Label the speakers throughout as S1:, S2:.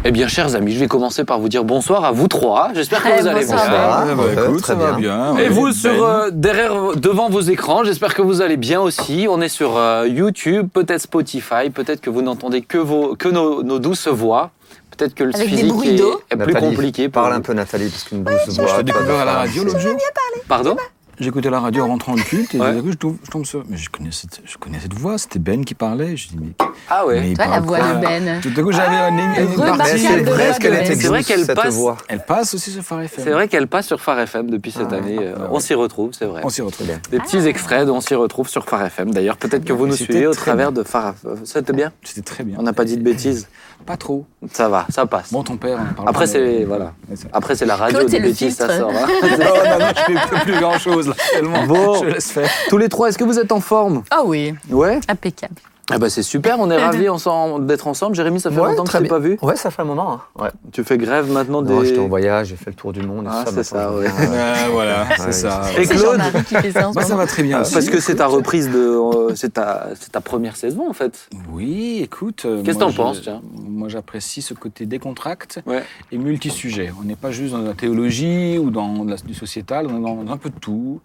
S1: Eh bien, chers amis, je vais commencer par vous dire bonsoir à vous trois. J'espère que vous allez bien.
S2: Écoute, ça va bien.
S1: Et vous, devant vos écrans, j'espère que vous allez bien aussi. On est sur YouTube, peut-être Spotify, peut-être que vous n'entendez que nos douces voix. Peut-être que le
S3: avec
S1: physique est plus compliqué.
S4: Parle un peu, Nathalie, parce qu'une douce voix.
S2: Je t'ai découvert à la radio l'autre jour.
S1: Pardon ?
S2: J'écoutais la radio en rentrant du culte et tout d'un coup, je tombe sur. Mais je connais cette voix, c'était Ben qui parlait. Je dis, mais.
S1: Ah ouais.
S2: Mais
S3: Toi, la voix de Ben.
S2: Tout d'un coup, j'avais une partie.
S4: C'est vrai qu'elle était
S1: C'est vrai
S4: douce,
S1: qu'elle
S4: cette
S1: passe.
S4: voix.
S2: Elle passe aussi sur Phare FM.
S1: C'est vrai qu'elle passe sur Phare FM depuis cette année. On s'y retrouve, c'est vrai.
S2: On s'y retrouve bien.
S1: Des petits extraits, on s'y retrouve sur Phare FM. D'ailleurs, peut-être que vous nous
S2: C'était
S1: suivez au
S2: très
S1: travers de Phare FM. C'était bien ?
S2: C'était très bien.
S1: On n'a pas dit de bêtises ?
S2: Pas trop.
S1: Ça va, ça passe.
S2: Bon, ton père, on en parle
S1: Après,
S2: pas, mais-
S1: c'est voilà.
S2: mais ça-
S1: Après, c'est la radio
S3: Claude,
S1: des
S3: c'est le
S1: bêtises, ça
S3: filtre.
S1: sort. hein.
S2: Non, je fais plus grand chose là, tellement.
S1: Bon.
S2: Je laisse faire.
S1: Tous les trois, est-ce que vous êtes en forme ?
S3: Ah oui,
S1: Ouais.
S3: impeccable.
S1: Ah bah c'est super, on est ravis d'être ensemble. Jérémy, ça fait longtemps que je t'ai pas vu.
S4: Ouais, ça fait un moment. Hein. Ouais.
S1: Tu fais grève maintenant
S4: Non,
S1: des...
S4: j'étais en voyage, j'ai fait le tour du monde. Et
S1: Ah,
S4: tout
S1: c'est ça,
S4: maintenant,
S1: ouais.
S4: je reviens.
S2: Voilà,
S4: Ouais,
S2: c'est ça.
S1: Et
S3: C'est
S1: Claude
S3: Jean-Marie qui fait ça en ce
S2: Moi, ça
S3: moment.
S2: va très bien aussi.
S1: Parce que c'est ta reprise de... c'est ta première saison, en fait.
S2: Oui, écoute.
S1: Qu'est-ce que
S2: moi,
S1: t'en penses, tiens ?
S2: Moi, j'apprécie ce côté décontracté
S1: Ouais.
S2: et multisujet. On n'est pas juste dans la théologie ou dans du sociétal, on est dans un peu de tout.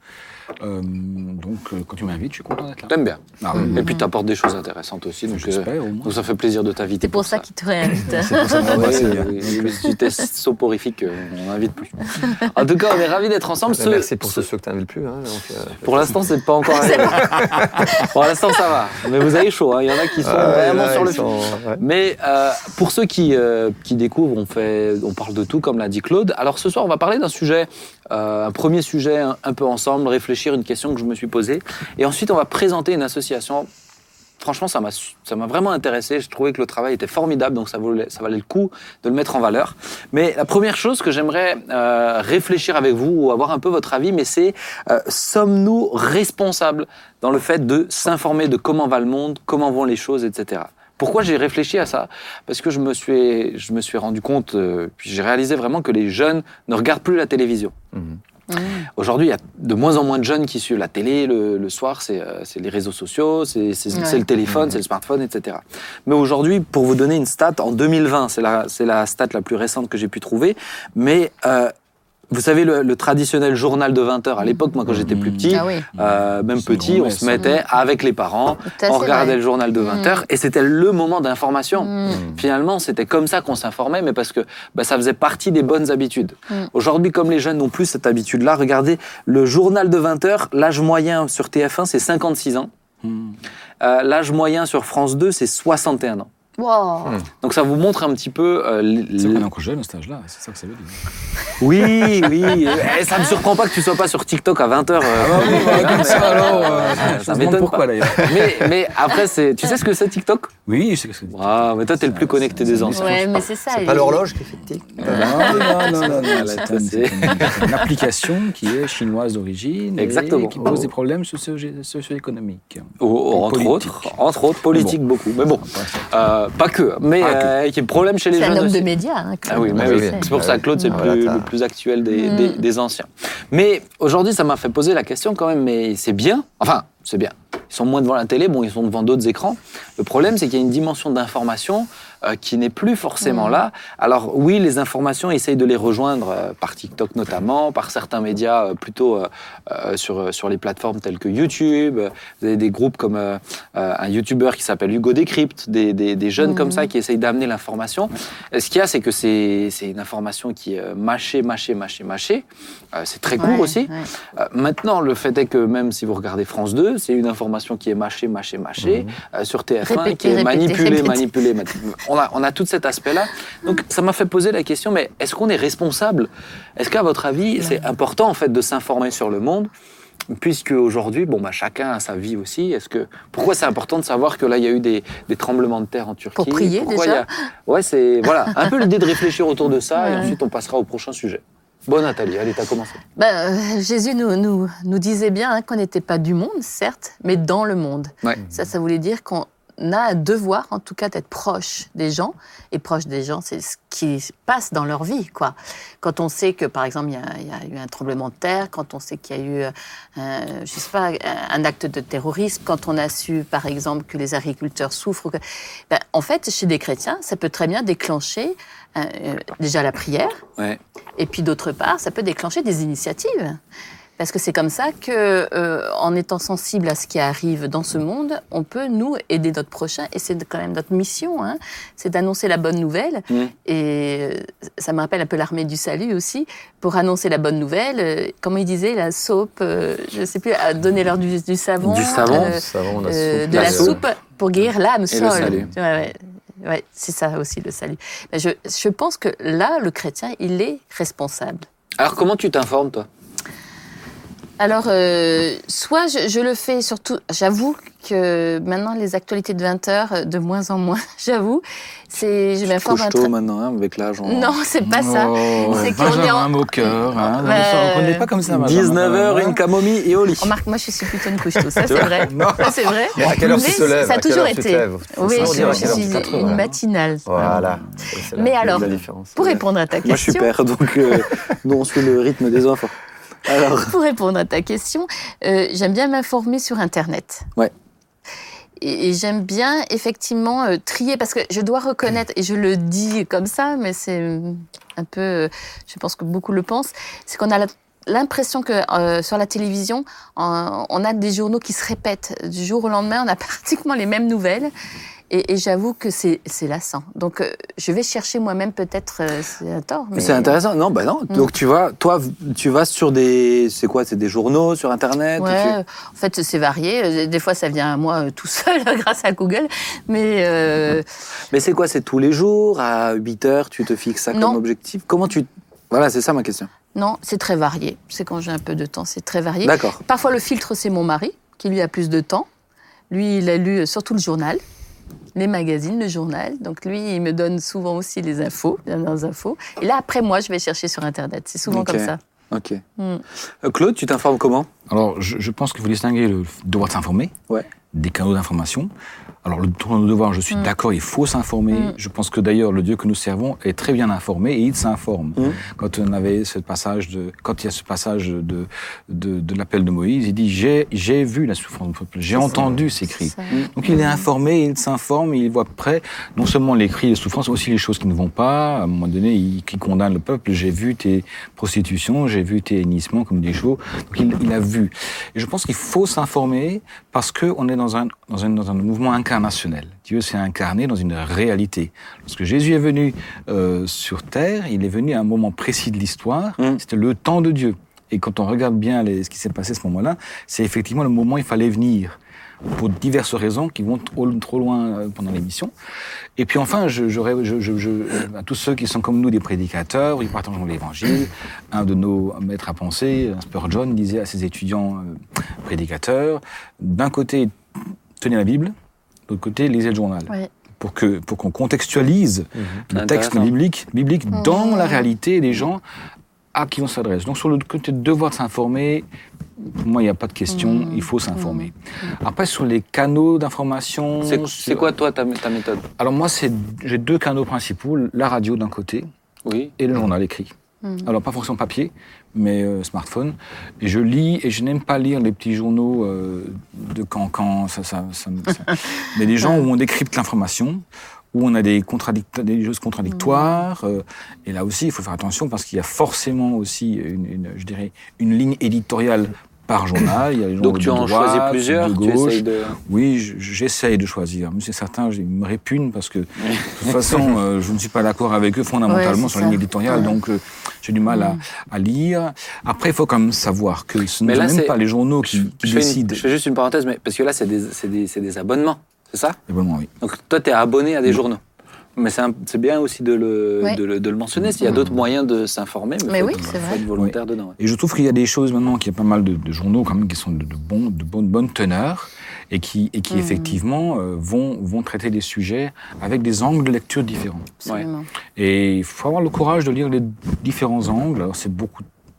S2: Donc, quand tu m'invites, je suis content d'être là.
S1: T'aimes bien.
S2: Ah, oui.
S1: Et puis t'apportes des choses intéressantes aussi. Donc,
S2: J'espère, au moins.
S1: donc ça fait plaisir de t'inviter.
S3: C'est pour ça qu'il te réinvite.
S2: C'est pour ça que
S1: Ah
S2: ça
S1: ouais,
S2: va, c'est bien.
S1: si t'es soporifique, on n'invite plus. En tout cas, on est ravis d'être ensemble.
S4: Merci pour ceux que tu n'invites plus. Hein, donc,
S1: Pour l'instant, c'est pas encore arrivé. Pour l'instant, ça va. Mais vous avez chaud. Hein. Il y en a qui sont vraiment sur le fil.
S4: Ouais.
S1: Mais pour ceux qui découvrent, on parle de tout, comme l'a dit Claude. Alors ce soir, on va parler d'un sujet, un premier sujet un peu ensemble, réfléchir, une question que je me suis posée. Et ensuite, on va présenter une association. Franchement, ça m'a vraiment intéressé. Je trouvais que le travail était formidable, donc ça valait le coup de le mettre en valeur. Mais la première chose que j'aimerais réfléchir avec vous, ou avoir un peu votre avis, mais c'est sommes-nous responsables dans le fait de s'informer de comment va le monde, comment vont les choses, etc. Pourquoi j'ai réfléchi à ça ? Parce que je me suis rendu compte, puis j'ai réalisé vraiment que les jeunes ne regardent plus la télévision. Aujourd'hui, il y a de moins en moins de jeunes qui suivent la télé le soir, c'est les réseaux sociaux, c'est le téléphone, c'est le smartphone, etc. Mais aujourd'hui, pour vous donner une stat, en 2020, c'est la stat la plus récente que j'ai pu trouver, mais vous savez, le traditionnel journal de 20h, à l'époque, moi, quand j'étais plus petit,
S3: Ah oui.
S1: même
S2: C'est
S1: petit,
S2: grand,
S1: on se mettait avec les parents,
S3: Ça,
S1: on
S3: c'est
S1: regardait
S3: vrai.
S1: le journal de 20h, et c'était le moment d'information. Finalement, c'était comme ça qu'on s'informait, mais parce que ça faisait partie des bonnes habitudes. Aujourd'hui, comme les jeunes n'ont plus cette habitude-là, regardez, le journal de 20h, l'âge moyen sur TF1, c'est 56 ans. L'âge moyen sur France 2, c'est 61 ans.
S3: Wow.
S1: Donc ça vous montre un petit peu...
S2: C'est qu'on est encore jeune à cet âge-là, c'est ça que ça veut dire.
S1: Oui. Et ça me surprend pas que tu sois pas sur TikTok à 20h.
S2: Comme ça, alors,
S1: ça m'étonne
S2: pourquoi
S1: pas.
S2: d'ailleurs.
S1: Mais après, tu sais ce que c'est TikTok ?
S2: Oui, je sais que c'est.
S1: Ah, mais toi, t'es le plus connecté des anciens.
S3: Ouais, mais c'est ça.
S4: C'est pas l'horloge qui fait tic.
S2: Non,
S1: Là,
S2: c'est une application qui est chinoise d'origine
S1: Exactement.
S2: et qui pose des problèmes socio-économiques.
S1: Entre autres, politique beaucoup. Mais bon, pas que. Mais qui est le problème chez les
S3: C'est
S1: jeunes
S3: un homme
S1: aussi.
S3: de médias. Hein,
S1: Ah oui, mais
S4: Oui,
S1: oui.
S4: oui.
S1: C'est pour ça que Claude, c'est le plus actuel des anciens. Mais aujourd'hui, ça m'a fait poser la question quand même, mais c'est bien. Enfin, c'est bien. Ils sont moins devant la télé, bon, ils sont devant d'autres écrans. Le problème, c'est qu'il y a une dimension d'information qui n'est plus forcément là. Alors oui, les informations, essayent de les rejoindre par TikTok notamment, par certains médias plutôt sur les plateformes telles que YouTube. Vous avez des groupes comme un YouTuber qui s'appelle Hugo Décrypte, des jeunes comme ça qui essayent d'amener l'information. Ce qu'il y a, c'est que c'est une information qui est mâchée. C'est très court aussi.
S3: Ouais.
S1: Maintenant, le fait est que même si vous regardez France 2, c'est une information qui est mâchée sur TF1, qui est manipulée. On a tout cet aspect-là. Donc, ça m'a fait poser la question, mais est-ce qu'on est responsable ? Est-ce qu'à votre avis, c'est important en fait de s'informer sur le monde ? Puisque aujourd'hui, chacun a sa vie aussi. Pourquoi c'est important de savoir que là, il y a eu des tremblements de terre en Turquie ?
S3: Pour prier, déjà.
S1: Ouais, c'est un peu l'idée de réfléchir autour de ça, et ensuite on passera au prochain sujet. Bon, Nathalie, allez, t'as commencé.
S3: Jésus nous disait bien qu'on n'était pas du monde, certes, mais dans le monde.
S1: Ouais.
S3: Ça voulait dire qu'on a un devoir, en tout cas, d'être proche des gens. Et proche des gens, c'est ce qui se passe dans leur vie, quoi. Quand on sait que, par exemple, il y a eu un tremblement de terre, quand on sait qu'il y a eu, je sais pas, un acte de terrorisme, quand on a su, par exemple, que les agriculteurs souffrent, en fait, chez des chrétiens, ça peut très bien déclencher déjà la prière,
S1: Ouais.
S3: et puis d'autre part, ça peut déclencher des initiatives. Parce que c'est comme ça que, en étant sensible à ce qui arrive dans ce monde, on peut, nous, aider notre prochain. Et c'est quand même notre mission, hein, c'est d'annoncer la bonne nouvelle. Et ça me rappelle un peu l'armée du salut aussi. Pour annoncer la bonne nouvelle, comment il disait, la soupe, je ne sais plus, donner-leur du savon.
S1: Du savon,
S4: savon, la soupe.
S3: De la soupe pour guérir l'âme
S1: Et le salut.
S3: Ouais, c'est ça aussi, le salut. Mais je pense que là, le chrétien, il est responsable.
S1: Alors, comment tu t'informes, toi?
S3: Alors, soit je le fais surtout, j'avoue que maintenant, les actualités de 20 heures, de moins en moins, j'avoue, je m'informe
S1: Couche tôt maintenant, hein, avec l'âge.
S3: Non, c'est pas ça. C'est qu'on est
S2: Benjamin Moqueur, hein. On n'est pas comme ça,
S1: 19h, une camomille et au lit.
S3: Remarque, moi, je suis plutôt une couche-tôt, ça, c'est vrai. Ça, c'est vrai.
S4: Et à quelle heure tu
S3: Mais
S4: te lèves?
S3: ça a
S4: À quelle
S3: toujours
S4: heure tu te
S3: été.
S4: lèves? Faut
S3: Oui,
S4: savoir dire à
S3: je
S4: quelle heure
S3: suis
S4: tu te lèves,
S3: une
S4: voilà.
S3: matinale.
S4: Voilà. C'est
S3: Mais alors,
S4: la différence.
S3: Pour répondre à ta
S1: Moi, je suis
S3: question...
S1: père, donc nous, on suit le rythme des enfants. Alors...
S3: Pour répondre à ta question, j'aime bien m'informer sur Internet.
S1: Ouais.
S3: Et j'aime bien, effectivement, trier, parce que je dois reconnaître, et je le dis comme ça, mais c'est un peu, je pense que beaucoup le pensent, c'est qu'on a l'impression que sur la télévision, on a des journaux qui se répètent. Du jour au lendemain, on a pratiquement les mêmes nouvelles. Et j'avoue que c'est lassant. Donc, je vais chercher moi-même, peut-être, c'est un tort. Mais
S1: C'est intéressant. Non, bah non. Donc, tu vas sur des... C'est quoi? C'est des journaux sur Internet?
S3: Ouais, en fait, c'est varié. Des fois, ça vient à moi tout seul, grâce à Google. Mais
S1: c'est quoi? C'est tous les jours? À 8h, tu te fixes ça comme
S3: Non.
S1: objectif? Comment tu... Voilà, c'est ça ma question.
S3: non, c'est très varié. C'est quand j'ai un peu de temps, c'est très varié.
S1: D'accord.
S3: Parfois, le filtre, c'est mon mari, qui lui a plus de temps. Lui, il a lu surtout le journal, les magazines, le journal. Donc, lui, il me donne souvent aussi les infos, les dernières infos. Et là, après, moi, je vais chercher sur Internet. C'est souvent
S1: Ok.
S3: comme ça.
S1: Ok. Claude, tu t'informes comment?
S2: Alors, je pense qu'il faut distinguer le devoir de s'informer
S1: Ouais.
S2: des canaux d'information. Alors, le devoir, je suis d'accord, il faut s'informer. Je pense que d'ailleurs, le Dieu que nous servons est très bien informé et il s'informe. Quand il y a ce passage de l'appel de Moïse, il dit j'ai vu la souffrance du peuple, j'ai entendu ces cris.
S3: Ça.
S2: Donc, il est informé, il s'informe, il voit près non seulement les cris, les souffrances, mais aussi les choses qui ne vont pas. À un moment donné, il condamne le peuple. J'ai vu tes prostitutions, j'ai vu tes hennissements comme des chevaux. Donc, il a vu. Et je pense qu'il faut s'informer parce qu'on est dans un mouvement incarnationnel. Dieu s'est incarné dans une réalité. Lorsque Jésus est venu sur terre, il est venu à un moment précis de l'histoire. C'était le temps de Dieu. Et quand on regarde bien ce qui s'est passé à ce moment-là, c'est effectivement le moment où il fallait venir, pour diverses raisons qui vont trop loin pendant l'émission. Et puis enfin, à tous ceux qui sont comme nous des prédicateurs, ils partagent l'évangile. Un de nos maîtres à penser, Spurgeon, disait à ses étudiants prédicateurs, d'un côté, tenez la Bible, de l'autre côté, lisez le journal.
S3: Ouais.
S2: Pour qu'on contextualise le texte
S1: Intéressant.
S2: biblique dans la réalité des gens à qui on s'adresse. Donc sur le côté de devoir de s'informer, pour moi, il n'y a pas de question, il faut s'informer. Après, sur les canaux d'information...
S1: C'est quoi, toi, ta méthode?
S2: Alors moi, j'ai deux canaux principaux, la radio d'un côté
S1: Oui.
S2: et le journal écrit. Alors pas forcément papier, mais smartphone. Et je lis, et je n'aime pas lire les petits journaux de cancan, mais des gens où on décrypte l'information, où on a des choses contradictoires. Et là aussi, il faut faire attention parce qu'il y a forcément aussi une ligne éditoriale par journal. Il y a les journaux
S1: Donc tu
S2: de
S1: en
S2: droite,
S1: choisis plusieurs,
S2: de
S1: tu
S2: gauche.
S1: essayes de...
S2: Oui, j'essaye de choisir. Mais c'est certain, ils me répugnent parce que, de toute façon, je ne suis pas d'accord avec eux fondamentalement
S3: Ouais,
S2: sur la ligne éditoriale, donc j'ai du mal à lire. Après, il faut quand même savoir que ce ne sont même pas les journaux qui décident.
S1: Je fais juste une parenthèse, mais parce que là, c'est des abonnements, c'est ça?
S2: Abonnement, oui.
S1: Donc toi, tu es abonné à des journaux. Mais c'est bien aussi de le mentionner. S'il y a d'autres moyens de s'informer,
S3: Mais
S1: faut
S3: oui,
S1: être-
S3: c'est
S1: faut
S3: vrai.
S1: être volontaire dedans. Ouais.
S2: Et je trouve qu'il y a des choses maintenant, qu'il y a pas mal de journaux quand même qui sont de bonne teneur et qui effectivement vont traiter des sujets avec des angles de lecture différents.
S3: Absolument.
S2: Et il faut avoir le courage de lire les différents angles. Alors c'est beaucoup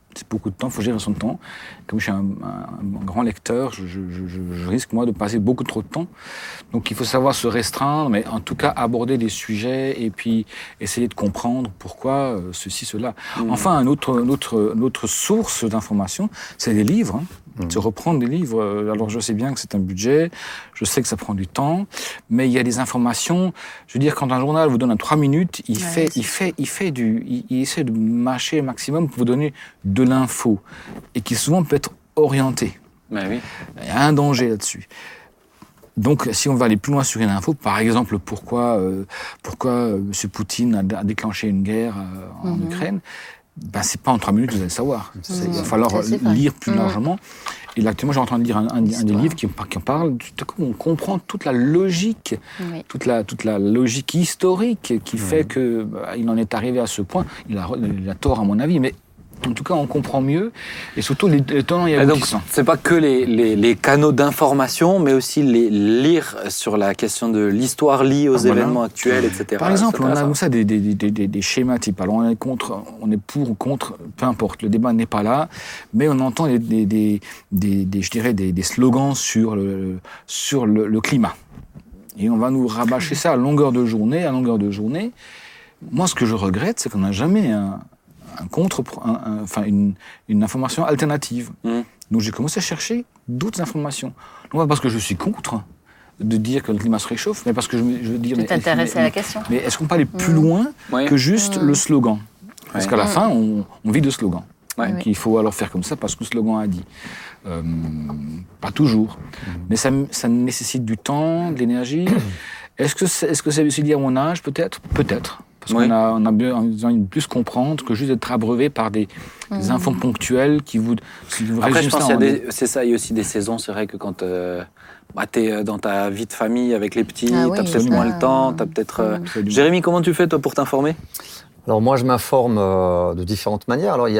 S2: C'est beaucoup de temps, il faut gérer son temps. Comme je suis un grand lecteur, je risque, moi, de passer beaucoup trop de temps. Donc, il faut savoir se restreindre, mais en tout cas, aborder des sujets et puis essayer de comprendre pourquoi ceci, cela. Enfin, une autre source d'information, c'est les livres. Se reprendre des livres. Alors, je sais bien que c'est un budget, je sais que ça prend du temps, mais il y a des informations. Je veux dire, quand un journal vous donne 3 minutes, il essaie de mâcher au maximum pour vous donner de l'info et qui souvent peut être orienté.
S1: Ben oui.
S2: Il y a un danger là-dessus. Donc, si on va aller plus loin sur une info, par exemple, pourquoi M. Poutine a déclenché une guerre en Ukraine, ben, c'est pas en 3 minutes que vous allez le savoir. Il va falloir lire plus largement. Et là, actuellement, j'ai en train de lire un des livres qui en parle. Tout à coup, on comprend toute la logique, toute la logique historique qui fait que il en est arrivé à ce point. Il a tort, à mon avis, mais en tout cas, on comprend mieux, et surtout les tenants et aboutissants.
S1: Donc, c'est pas que les canaux d'information, mais aussi les lire sur la question de l'histoire liée aux événements actuels, etc.
S2: Par exemple, on a comme ça des schémas types. Alors, on est pour ou contre, peu importe. Le débat n'est pas là, mais on entend des slogans sur le climat. Et on va nous rabâcher ça à longueur de journée. Moi, ce que je regrette, c'est qu'on n'a jamais une information alternative. Donc j'ai commencé à chercher d'autres informations. Non pas parce que je suis contre de dire que le climat se réchauffe, mais parce que je veux dire...
S3: Tu t'intéresses à la question.
S2: Mais est-ce qu'on peut aller plus loin que juste le slogan ? Parce qu'à la fin, on vit de slogan. Donc il faut alors faire comme ça parce que le slogan a dit. Pas toujours. Mais ça nécessite du temps, de l'énergie. Est-ce que c'est aussi lié à mon âge ? Peut-être. Parce qu'on a besoin de plus comprendre que juste d'être abreuvé par des infos ponctuelles qui vous
S1: Après, je pense c'est ça, il y a aussi des saisons. C'est vrai que quand tu es dans ta vie de famille avec les petits, tu as peut-être moins le temps. Jérémy, comment tu fais, toi, pour t'informer ?
S4: Alors moi, je m'informe de différentes manières. Alors il y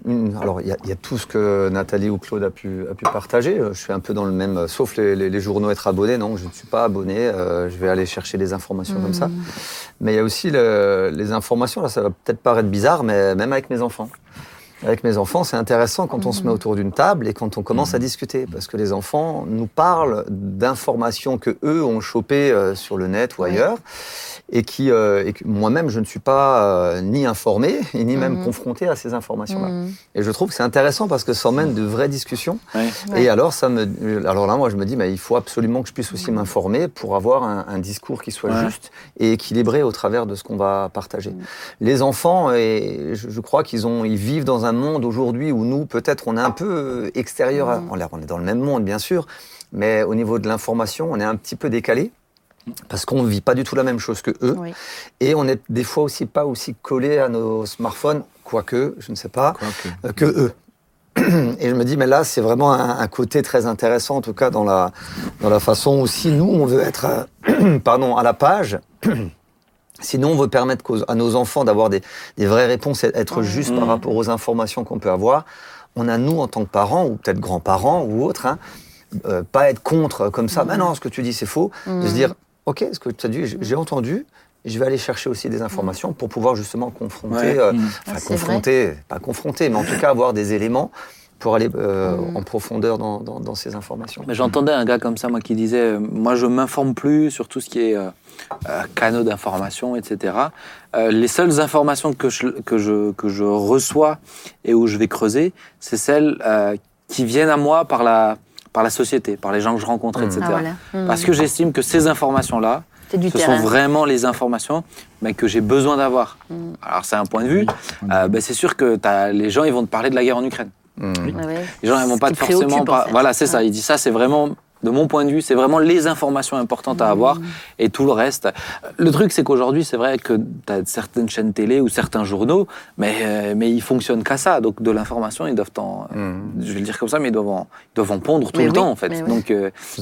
S4: a tout ce que Nathalie ou Claude a pu partager. Je suis un peu dans le même, sauf les journaux, être abonné. Non, je ne suis pas abonné. Je vais aller chercher des informations comme ça. Mais il y a aussi les informations. Là, ça va peut-être paraître bizarre, mais même avec mes enfants. Avec mes enfants, c'est intéressant quand on se met autour d'une table et quand on commence à discuter. Parce que les enfants nous parlent d'informations que eux ont chopées sur le net ou ailleurs. Et que moi-même, je ne suis pas ni informé, ni même confronté à ces informations-là. Et je trouve que c'est intéressant parce que ça emmène de vraies discussions. Et alors là, moi, je me dis, mais il faut absolument que je puisse aussi m'informer pour avoir un discours qui soit juste et équilibré au travers de ce qu'on va partager. Les enfants, et je crois ils vivent dans un monde aujourd'hui où nous, peut-être, on est un peu extérieur. On est dans le même monde, bien sûr, mais au niveau de l'information, on est un petit peu décalé. Parce qu'on ne vit pas du tout la même chose que eux. Et on est des fois aussi pas aussi collés à nos smartphones, quoique, je ne sais pas, que eux. Et je me dis, mais là, c'est vraiment un côté très intéressant, en tout cas dans la façon où si nous, on veut être à la page, sinon on veut permettre à nos enfants d'avoir des vraies réponses, être juste par rapport aux informations qu'on peut avoir, on a, nous, en tant que parents, ou peut-être grands-parents ou autres, pas être contre comme ça, ben non, ce que tu dis, c'est faux, de se dire, ok, ce que tu as dit, j'ai entendu, je vais aller chercher aussi des informations pour pouvoir justement confronter, pas confronter, mais en tout cas avoir des éléments pour aller en profondeur dans ces informations.
S1: Mais j'entendais un gars comme ça, moi, qui disait, moi, je m'informe plus sur tout ce qui est canaux d'information, etc. Les seules informations que je reçois et où je vais creuser, c'est celles qui viennent à moi par la société, par les gens que je rencontre, etc. Parce que j'estime que ces informations-là, ce sont vraiment les informations que j'ai besoin d'avoir. Alors, c'est un point de vue. C'est sûr que les gens, ils vont te parler de la guerre en Ukraine. Les gens, ils vont pas forcément... Voilà, c'est ça. Il dit ça, c'est vraiment... De mon point de vue, c'est vraiment les informations importantes à avoir et tout le reste. Le truc, c'est qu'aujourd'hui, c'est vrai que tu as certaines chaînes télé ou certains journaux, mais ils fonctionnent qu'à ça. Donc, de l'information, ils doivent je vais le dire comme ça, mais ils doivent en pondre tout le temps, en fait. Donc,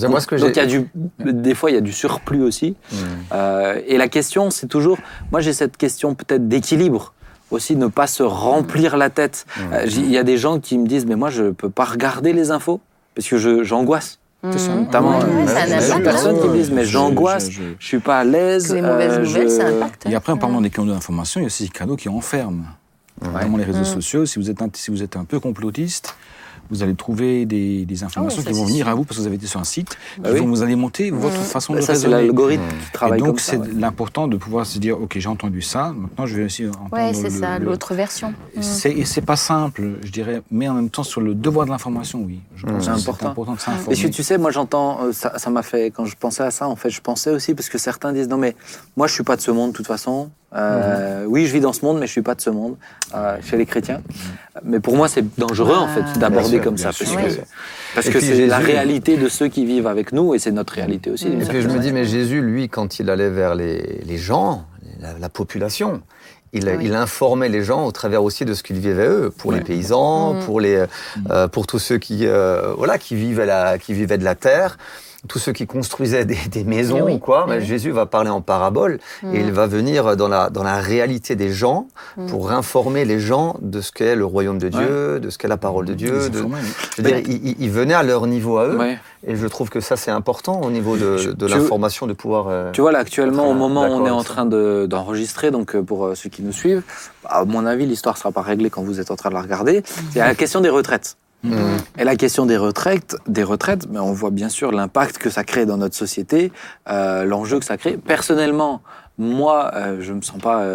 S1: des fois, il y a du surplus aussi. Et la question, c'est toujours... Moi, j'ai cette question peut-être d'équilibre. Aussi, ne pas se remplir la tête. Il y a des gens qui me disent, mais moi, je ne peux pas regarder les infos parce que j'angoisse. Notamment des personnes qui me disent mais j'angoisse, je suis pas à l'aise.
S3: Les mauvaises nouvelles, ça impacte.
S2: Et après, en parlant des canaux d'information, il y a aussi des canaux qui enferment. notamment les réseaux sociaux. Si vous êtes un peu complotiste, vous allez trouver des informations qui vont venir à vous parce que vous avez été sur un site, qui vont vous alimenter votre façon de raisonner.
S1: Ça, c'est l'algorithme qui travaille comme ça.
S2: Et donc, c'est l'important de pouvoir se dire, OK, j'ai entendu ça, maintenant je vais aussi entendre...
S3: Oui, c'est ça, l'autre version.
S2: Et c'est pas simple, je dirais, mais en même temps, sur le devoir de l'information, oui. Je pense que c'est important de s'informer.
S1: Et tu sais, moi, j'entends... Ça m'a fait... Quand je pensais à ça, en fait, je pensais aussi, parce que certains disent, non, mais moi, je suis pas de ce monde, de toute façon. Oui, je vis dans ce monde, mais je suis pas de ce monde, chez les chrétiens. Mais pour moi, c'est dangereux, en fait, d'aborder comme ça, parce que c'est la réalité de ceux qui vivent avec nous, et c'est notre réalité aussi.
S4: Et puis je me dis, mais Jésus, lui, quand il allait vers les gens, la population, il informait les gens au travers aussi de ce qu'ils vivaient eux, pour les paysans, pour tous ceux qui vivaient de la terre. Tous ceux qui construisaient des maisons ou quoi, mais Jésus va parler en parabole et il va venir dans la réalité des gens pour informer les gens de ce qu'est le royaume de Dieu, de ce qu'est la parole de Dieu. Je veux dire, il venait à leur niveau à eux et je trouve que ça c'est important au niveau de l'information de pouvoir...
S1: tu vois là actuellement au moment où on est en train d'enregistrer, donc pour ceux qui nous suivent, à mon avis l'histoire ne sera pas réglée quand vous êtes en train de la regarder, c'est la question des retraites. Et la question des retraites, mais on voit bien sûr l'impact que ça crée dans notre société, l'enjeu que ça crée. Personnellement, moi, je me sens pas.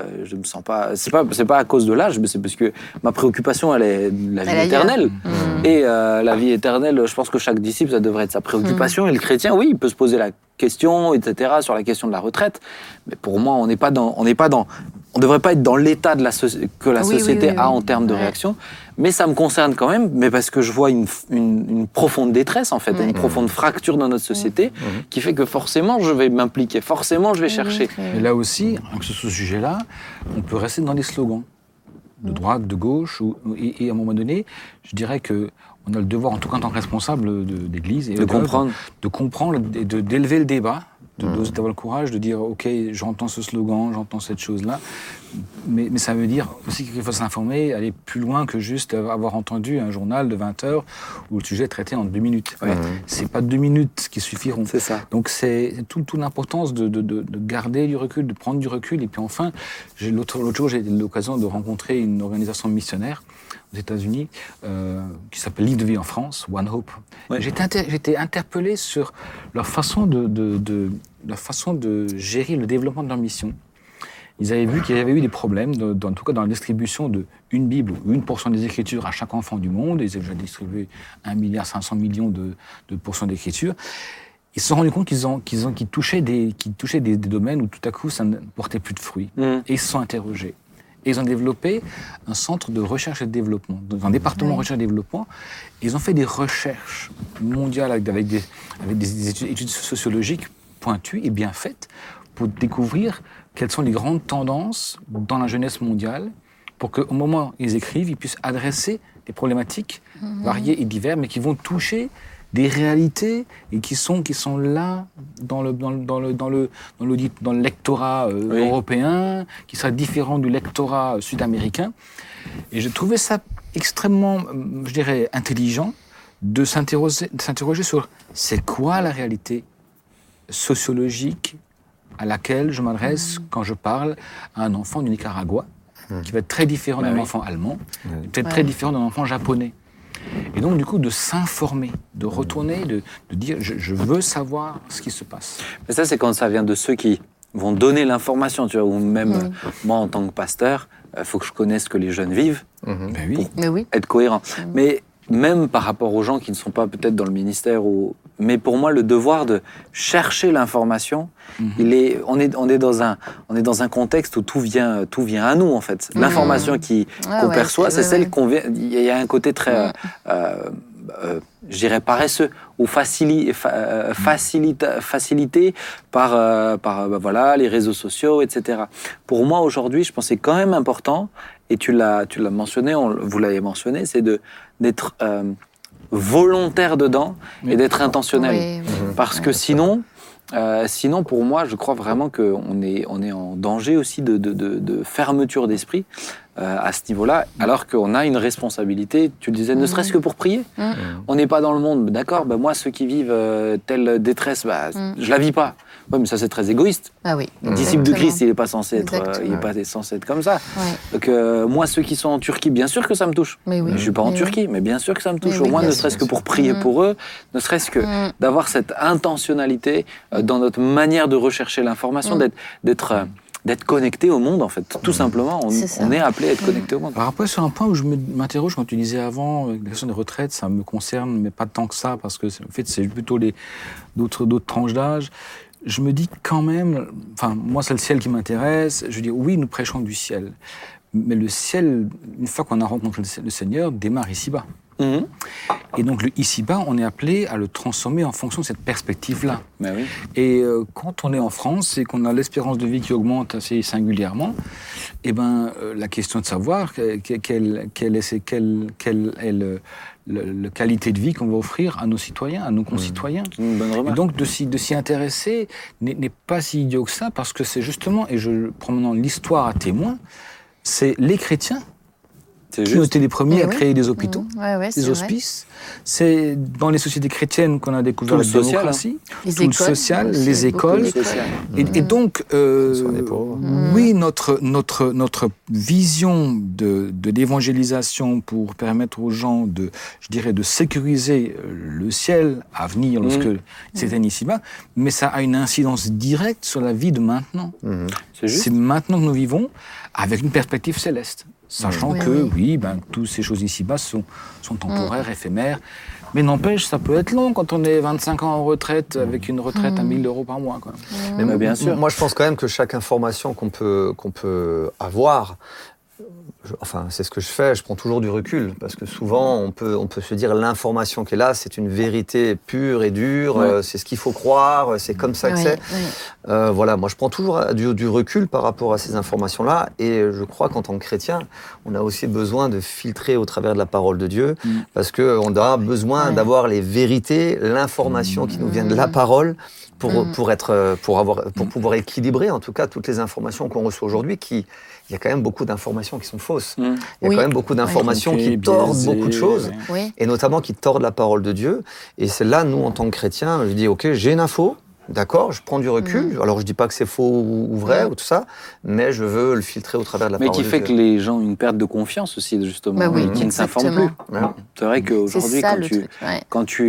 S1: C'est pas à cause de l'âge, mais c'est parce que ma préoccupation, elle est la vie éternelle. Et la vie éternelle, je pense que chaque disciple, ça devrait être sa préoccupation. Et le chrétien, oui, il peut se poser la question, etc., sur la question de la retraite. Mais pour moi, on devrait pas être dans l'état que la société a en termes de réaction. Mais ça me concerne quand même, mais parce que je vois une profonde détresse, en fait, une profonde fracture dans notre société, qui fait que forcément, je vais m'impliquer, forcément, je vais chercher.
S2: Et là aussi, sur ce sujet-là, on peut rester dans des slogans, de droite, de gauche, et à un moment donné, je dirais qu'on a le devoir, en tout cas en tant que responsable d'Église,
S1: de comprendre
S2: et d'élever le débat, d'avoir le courage de dire, OK, j'entends ce slogan, j'entends cette chose-là, mais ça veut dire aussi qu'il faut s'informer, aller plus loin que juste avoir entendu un journal de 20 heures où le sujet est traité en 2 minutes. C'est pas 2 minutes qui suffiront.
S1: C'est ça.
S2: Donc c'est toute l'importance de garder du recul, de prendre du recul. Et puis enfin, l'autre jour, j'ai eu l'occasion de rencontrer une organisation missionnaire aux États-Unis qui s'appelle Live de vie en France, One Hope. J'étais interpellé sur leur façon de gérer le développement de leur mission. Ils avaient vu qu'il y avait eu des problèmes, en tout cas dans la distribution d'une Bible ou 1% des Écritures à chaque enfant du monde. Ils avaient déjà distribué 1,5 milliard de portions d'Écriture. Ils se sont rendus compte qu'ils touchaient des domaines où tout à coup ça ne portait plus de fruits. Et ils se sont interrogés. Et ils ont développé un centre de recherche et de développement, un département de recherche et de développement. Ils ont fait des recherches mondiales avec des études sociologiques pointues et bien faites pour découvrir quelles sont les grandes tendances dans la jeunesse mondiale pour qu'au moment où ils écrivent, ils puissent adresser des problématiques variées et diverses, mais qui vont toucher des réalités et qui sont là dans le lectorat européen, qui sera différent du lectorat sud-américain. Et je trouvais ça extrêmement, je dirais, intelligent de s'interroger sur c'est quoi la réalité sociologique à laquelle je m'adresse quand je parle à un enfant du Nicaragua, qui va être très différent d'un enfant allemand, peut-être très différent d'un enfant japonais. Et donc, du coup, de s'informer, de retourner, de dire je veux savoir ce qui se passe.
S1: Mais ça, c'est quand ça vient de ceux qui vont donner l'information, tu vois, ou même moi, en tant que pasteur, il faut que je connaisse ce que les jeunes vivent pour être cohérent. Mais même par rapport aux gens qui ne sont pas peut-être dans le ministère, mais pour moi, le devoir de chercher l'information, on est dans un contexte où tout vient à nous, en fait. L'information qu'on perçoit, c'est celle qu'on vient. Il y a un côté très, je dirais, paresseux ou facilité par les réseaux sociaux, etc. Pour moi, aujourd'hui, je pense que c'est quand même important, et tu l'as mentionné, vous l'avez mentionné, c'est d'être volontaire dedans et d'être intentionnel. Parce que sinon, pour moi, je crois vraiment qu'on est en danger aussi de fermeture d'esprit. à ce niveau-là, alors qu'on a une responsabilité, tu le disais, ne serait-ce que pour prier. On n'est pas dans le monde, d'accord, moi, ceux qui vivent telle détresse, je la vis pas. Oui, mais ça, c'est très égoïste.
S3: Ah oui.
S1: Le disciple de Christ, il n'est pas censé être,
S3: Exactement.
S1: censé être comme ça.
S3: Ouais.
S1: Donc, moi, ceux qui sont en Turquie, bien sûr que ça me touche.
S3: Mais oui.
S1: Je ne suis pas en
S3: Mais
S1: Turquie, mais bien sûr que ça me touche.
S3: Mais
S1: Au
S3: oui,
S1: moins,
S3: bien
S1: ne
S3: sûr.
S1: serait-ce que pour prier pour eux, ne serait-ce que d'avoir cette intentionnalité dans notre manière de rechercher l'information, d'être connecté au monde, en fait. Tout simplement,
S3: C'est ça.
S1: on est appelé à être connecté au monde.
S2: Alors après, sur un point où je m'interroge quand tu disais avant, la question des retraites, ça me concerne, mais pas tant que ça, parce que en fait, c'est plutôt d'autres tranches d'âge. Je me dis quand même, moi, c'est le ciel qui m'intéresse. Je dis, oui, nous prêchons du ciel. Mais le ciel, une fois qu'on a rencontré le Seigneur, démarre ici-bas.
S1: Mhm.
S2: Et donc, le ici-bas, on est appelé à le transformer en fonction de cette perspective-là.
S1: Ben oui.
S2: Et quand on est en France et qu'on a l'espérance de vie qui augmente assez singulièrement, la question de savoir quelle est la qualité de vie qu'on va offrir à nos citoyens, à nos concitoyens.
S1: C'est une bonne
S2: Et
S1: remarque.
S2: donc de s'y intéresser n'est pas si idiot que ça, parce que c'est justement, et je prends maintenant l'histoire à témoin, c'est les chrétiens
S1: C'est
S2: qui ont
S1: juste.
S2: été les premiers
S3: Eh
S2: à
S3: oui.
S2: créer des hôpitaux,
S3: Ouais, c'est
S2: des
S3: vrai.
S2: hospices. C'est dans les sociétés chrétiennes qu'on a découvert
S1: Tout
S2: la
S1: le social,
S2: démocratie,
S3: Les
S2: tout le
S3: écoles,
S2: social,
S3: aussi,
S2: les
S3: beaucoup
S2: écoles.
S3: d'écoles.
S1: Social.
S2: Et donc,
S4: Sur les pauvres.
S2: oui, notre vision de l'évangélisation pour permettre aux gens de sécuriser le ciel à venir lorsque c'est ici-bas, mais ça a une incidence directe sur la vie de maintenant.
S1: C'est juste.
S2: C'est maintenant que nous vivons avec une perspective céleste, sachant
S3: Oui,
S2: que,
S3: oui.
S2: toutes ces choses ici-bas sont temporaires, éphémères. Mais n'empêche, ça peut être long quand on est 25 ans en retraite, avec une retraite à 1 000 € par mois, quoi.
S4: Mais
S1: bien sûr.
S4: Moi, je pense quand même que chaque information qu'on peut avoir, c'est ce que je fais, je prends toujours du recul, parce que souvent, on peut se dire l'information qui est là, c'est une vérité pure et dure,
S1: Ouais.
S4: c'est ce qu'il faut croire, c'est comme ça que
S3: Oui,
S4: c'est.
S3: oui.
S4: Voilà, moi je prends toujours du recul par rapport à ces informations-là, et je crois qu'en tant que chrétien, on a aussi besoin de filtrer au travers de la parole de Dieu, parce qu'on a besoin
S3: Ouais.
S4: d'avoir les vérités, l'information qui nous vient de la parole, pour pouvoir équilibrer en tout cas toutes les informations qu'on reçoit aujourd'hui, il y a quand même beaucoup d'informations qui sont fausses. Il y a
S3: Oui.
S4: quand même beaucoup d'informations
S2: Oui.
S4: qui tordent
S2: Biaisées,
S4: beaucoup de choses,
S2: ouais.
S3: Oui.
S4: et notamment qui tordent la parole de Dieu. Et c'est là, nous, en tant que chrétiens, je dis, ok, j'ai une info, d'accord, je prends du recul. Alors, je dis pas que c'est faux ou vrai ou tout ça, mais je veux le filtrer au travers de la
S1: Mais
S4: parole
S1: qui
S4: de
S1: fait
S4: Dieu.
S1: que les gens ont une perte de confiance aussi, justement,
S3: Bah oui,
S1: et qui ne s'informent
S3: exactement.
S1: plus.
S4: Ouais.
S1: C'est vrai
S3: C'est
S1: qu'aujourd'hui,
S3: ça le truc. Ouais.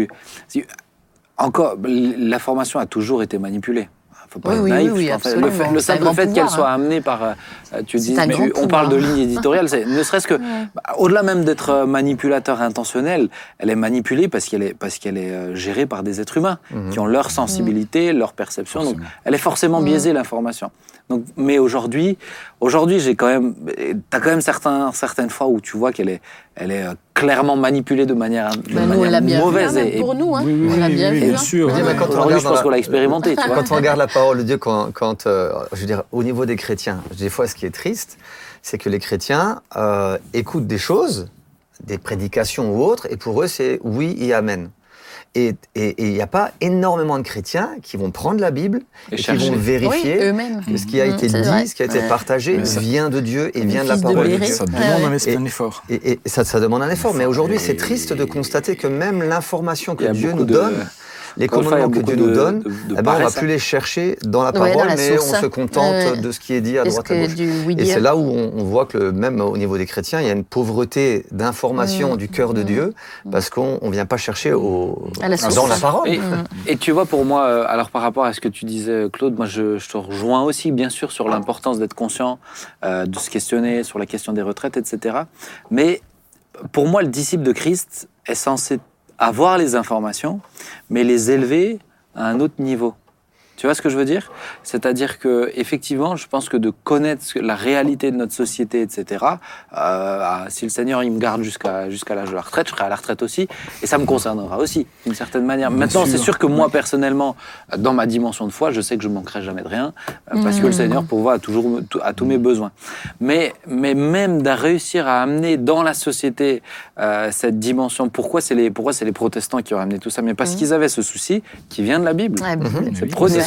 S1: Encore, l'information a toujours été manipulée. Faut pas
S3: Oui,
S1: être
S3: oui,
S1: naïf.
S3: oui,
S1: En fait, le
S3: absolument. C'est un
S1: simple
S3: grand
S1: fait qu'elle
S3: pouvoir,
S1: soit amenée par,
S3: C'est un grand
S1: on parle de
S3: pouvoir.
S1: ligne éditoriale, ne serait-ce que, au-delà même d'être manipulateur intentionnel, elle est manipulée parce qu'elle est gérée par des êtres humains qui ont leur sensibilité, leur perception. Donc, elle est forcément biaisée, l'information. Donc, mais aujourd'hui, t'as quand même certaines fois où tu vois qu'elle est clairement manipulée de manière
S3: Nous, on l'a bien
S1: mauvaise.
S3: vu, hein, même pour nous. Hein.
S2: Oui, oui,
S3: on l'a
S2: oui,
S3: bien
S2: oui,
S3: vu.
S2: bien
S3: hein.
S2: sûr.
S3: Ouais,
S2: Oui,
S3: ouais.
S2: mais quand on
S1: Aujourd'hui, je pense
S4: regarde
S1: qu'on l'a expérimenté, tu vois.
S4: Quand on regarde la parole de Dieu, quand je veux dire, au niveau des chrétiens, des fois, ce qui est triste, c'est que les chrétiens écoutent des choses, des prédications ou autres, et pour eux, c'est oui et amen. Et il n'y a pas énormément de chrétiens qui vont prendre la Bible et qui
S1: chercher.
S4: vont vérifier
S3: Oui, eux-mêmes.
S4: que ce qui a été
S3: c'est
S4: dit,
S3: vrai.
S4: ce qui a été partagé vient de Dieu et vient de la
S3: fils de
S4: parole de
S3: Béret.
S4: Dieu.
S2: Ça demande
S3: Ouais,
S2: un effort.
S4: Et ça demande un effort. Mais aujourd'hui, c'est triste de constater que même l'information que
S1: Il y a
S4: Dieu
S1: beaucoup
S4: nous
S1: de-
S4: donne, les
S1: Encore une fois, il y a
S4: commandements que
S1: beaucoup
S4: Dieu nous
S1: de-
S4: donne,
S1: de
S4: on va
S1: paresse,
S4: plus les chercher dans la
S3: Ouais,
S4: parole,
S3: dans la
S4: mais
S3: source.
S4: on se contente
S3: Ouais.
S4: de ce qui est dit à
S3: Est-ce
S4: droite à
S3: que
S4: gauche.
S3: du oui
S4: Et
S3: dire.
S4: c'est là où on voit que même au niveau des chrétiens, il y a une pauvreté d'information du cœur de Dieu, parce qu'on ne vient pas chercher
S3: À la source.
S4: dans la parole.
S1: Et tu vois, pour moi, alors par rapport à ce que tu disais, Claude, moi je te rejoins aussi, bien sûr, sur l'importance d'être conscient, de se questionner sur la question des retraites, etc. Mais pour moi, le disciple de Christ est censé avoir les informations, mais les élever à un autre niveau. Tu vois ce que je veux dire ? C'est-à-dire que effectivement, je pense que de connaître la réalité de notre société, etc. Si le Seigneur il me garde jusqu'à l'âge de la retraite, je serai à la retraite aussi, et ça me concernera aussi d'une certaine manière. Maintenant, c'est sûr que moi personnellement, dans ma dimension de foi, je sais que je manquerai jamais de rien parce que le Seigneur pourvoit à tous mes besoins. Mais même de réussir à amener dans la société cette dimension. Pourquoi c'est les protestants qui ont amené tout ça ? Mais parce qu'ils avaient ce souci qui vient de la Bible.
S3: Ouais,
S1: C'est
S3: oui,
S1: prenez
S3: c'est
S1: soin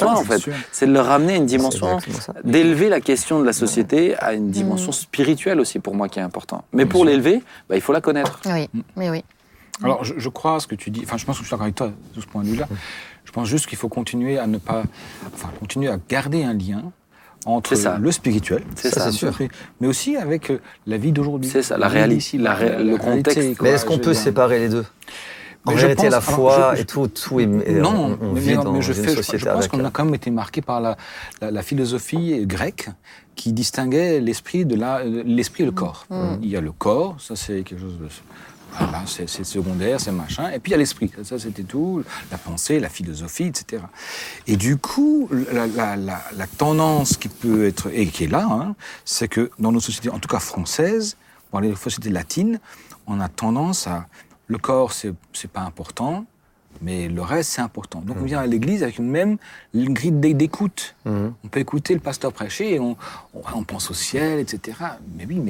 S1: besoin, en fait.
S2: sûr.
S1: C'est de leur ramener une dimension,
S4: exactement ça.
S1: d'élever la question de la société à une dimension spirituelle aussi, pour moi, qui est important. Mais pour l'élever, il faut la connaître.
S3: Oui, mais oui.
S2: Alors, je crois ce que tu dis, enfin, je pense que je suis d'accord avec toi de ce point de vue-là. Je pense juste qu'il faut continuer à continuer à garder un lien entre
S1: C'est ça.
S2: le spirituel,
S1: C'est ça,
S4: c'est sûr.
S2: mais aussi avec la vie d'aujourd'hui.
S1: C'est ça, la réalité, le contexte.
S2: quoi,
S4: Mais est-ce qu'on
S2: je
S4: peut
S2: veux dire.
S4: séparer les deux? En
S2: Mais je
S4: réalité, la
S2: pense- alors,
S4: foi
S2: je-
S4: et tout est,
S2: Non,
S4: on vit dans
S2: je
S4: une société
S2: pense
S4: avec...
S2: qu'on a quand même été marqué par la philosophie grecque qui distinguait l'esprit et le corps. Il y a le corps, ça c'est quelque chose de... Voilà, c'est secondaire, c'est machin. Et puis il y a l'esprit, ça c'était tout, la pensée, la philosophie, etc. Et du coup, la tendance qui peut être, et qui est là, hein, c'est que dans nos sociétés, en tout cas françaises, dans les sociétés latines, on a tendance à... Le corps, c'est pas important, mais le reste, c'est important. Donc on vient à l'église avec une grille d'écoute. On peut écouter le pasteur prêcher et on pense au ciel, etc. Mais oui,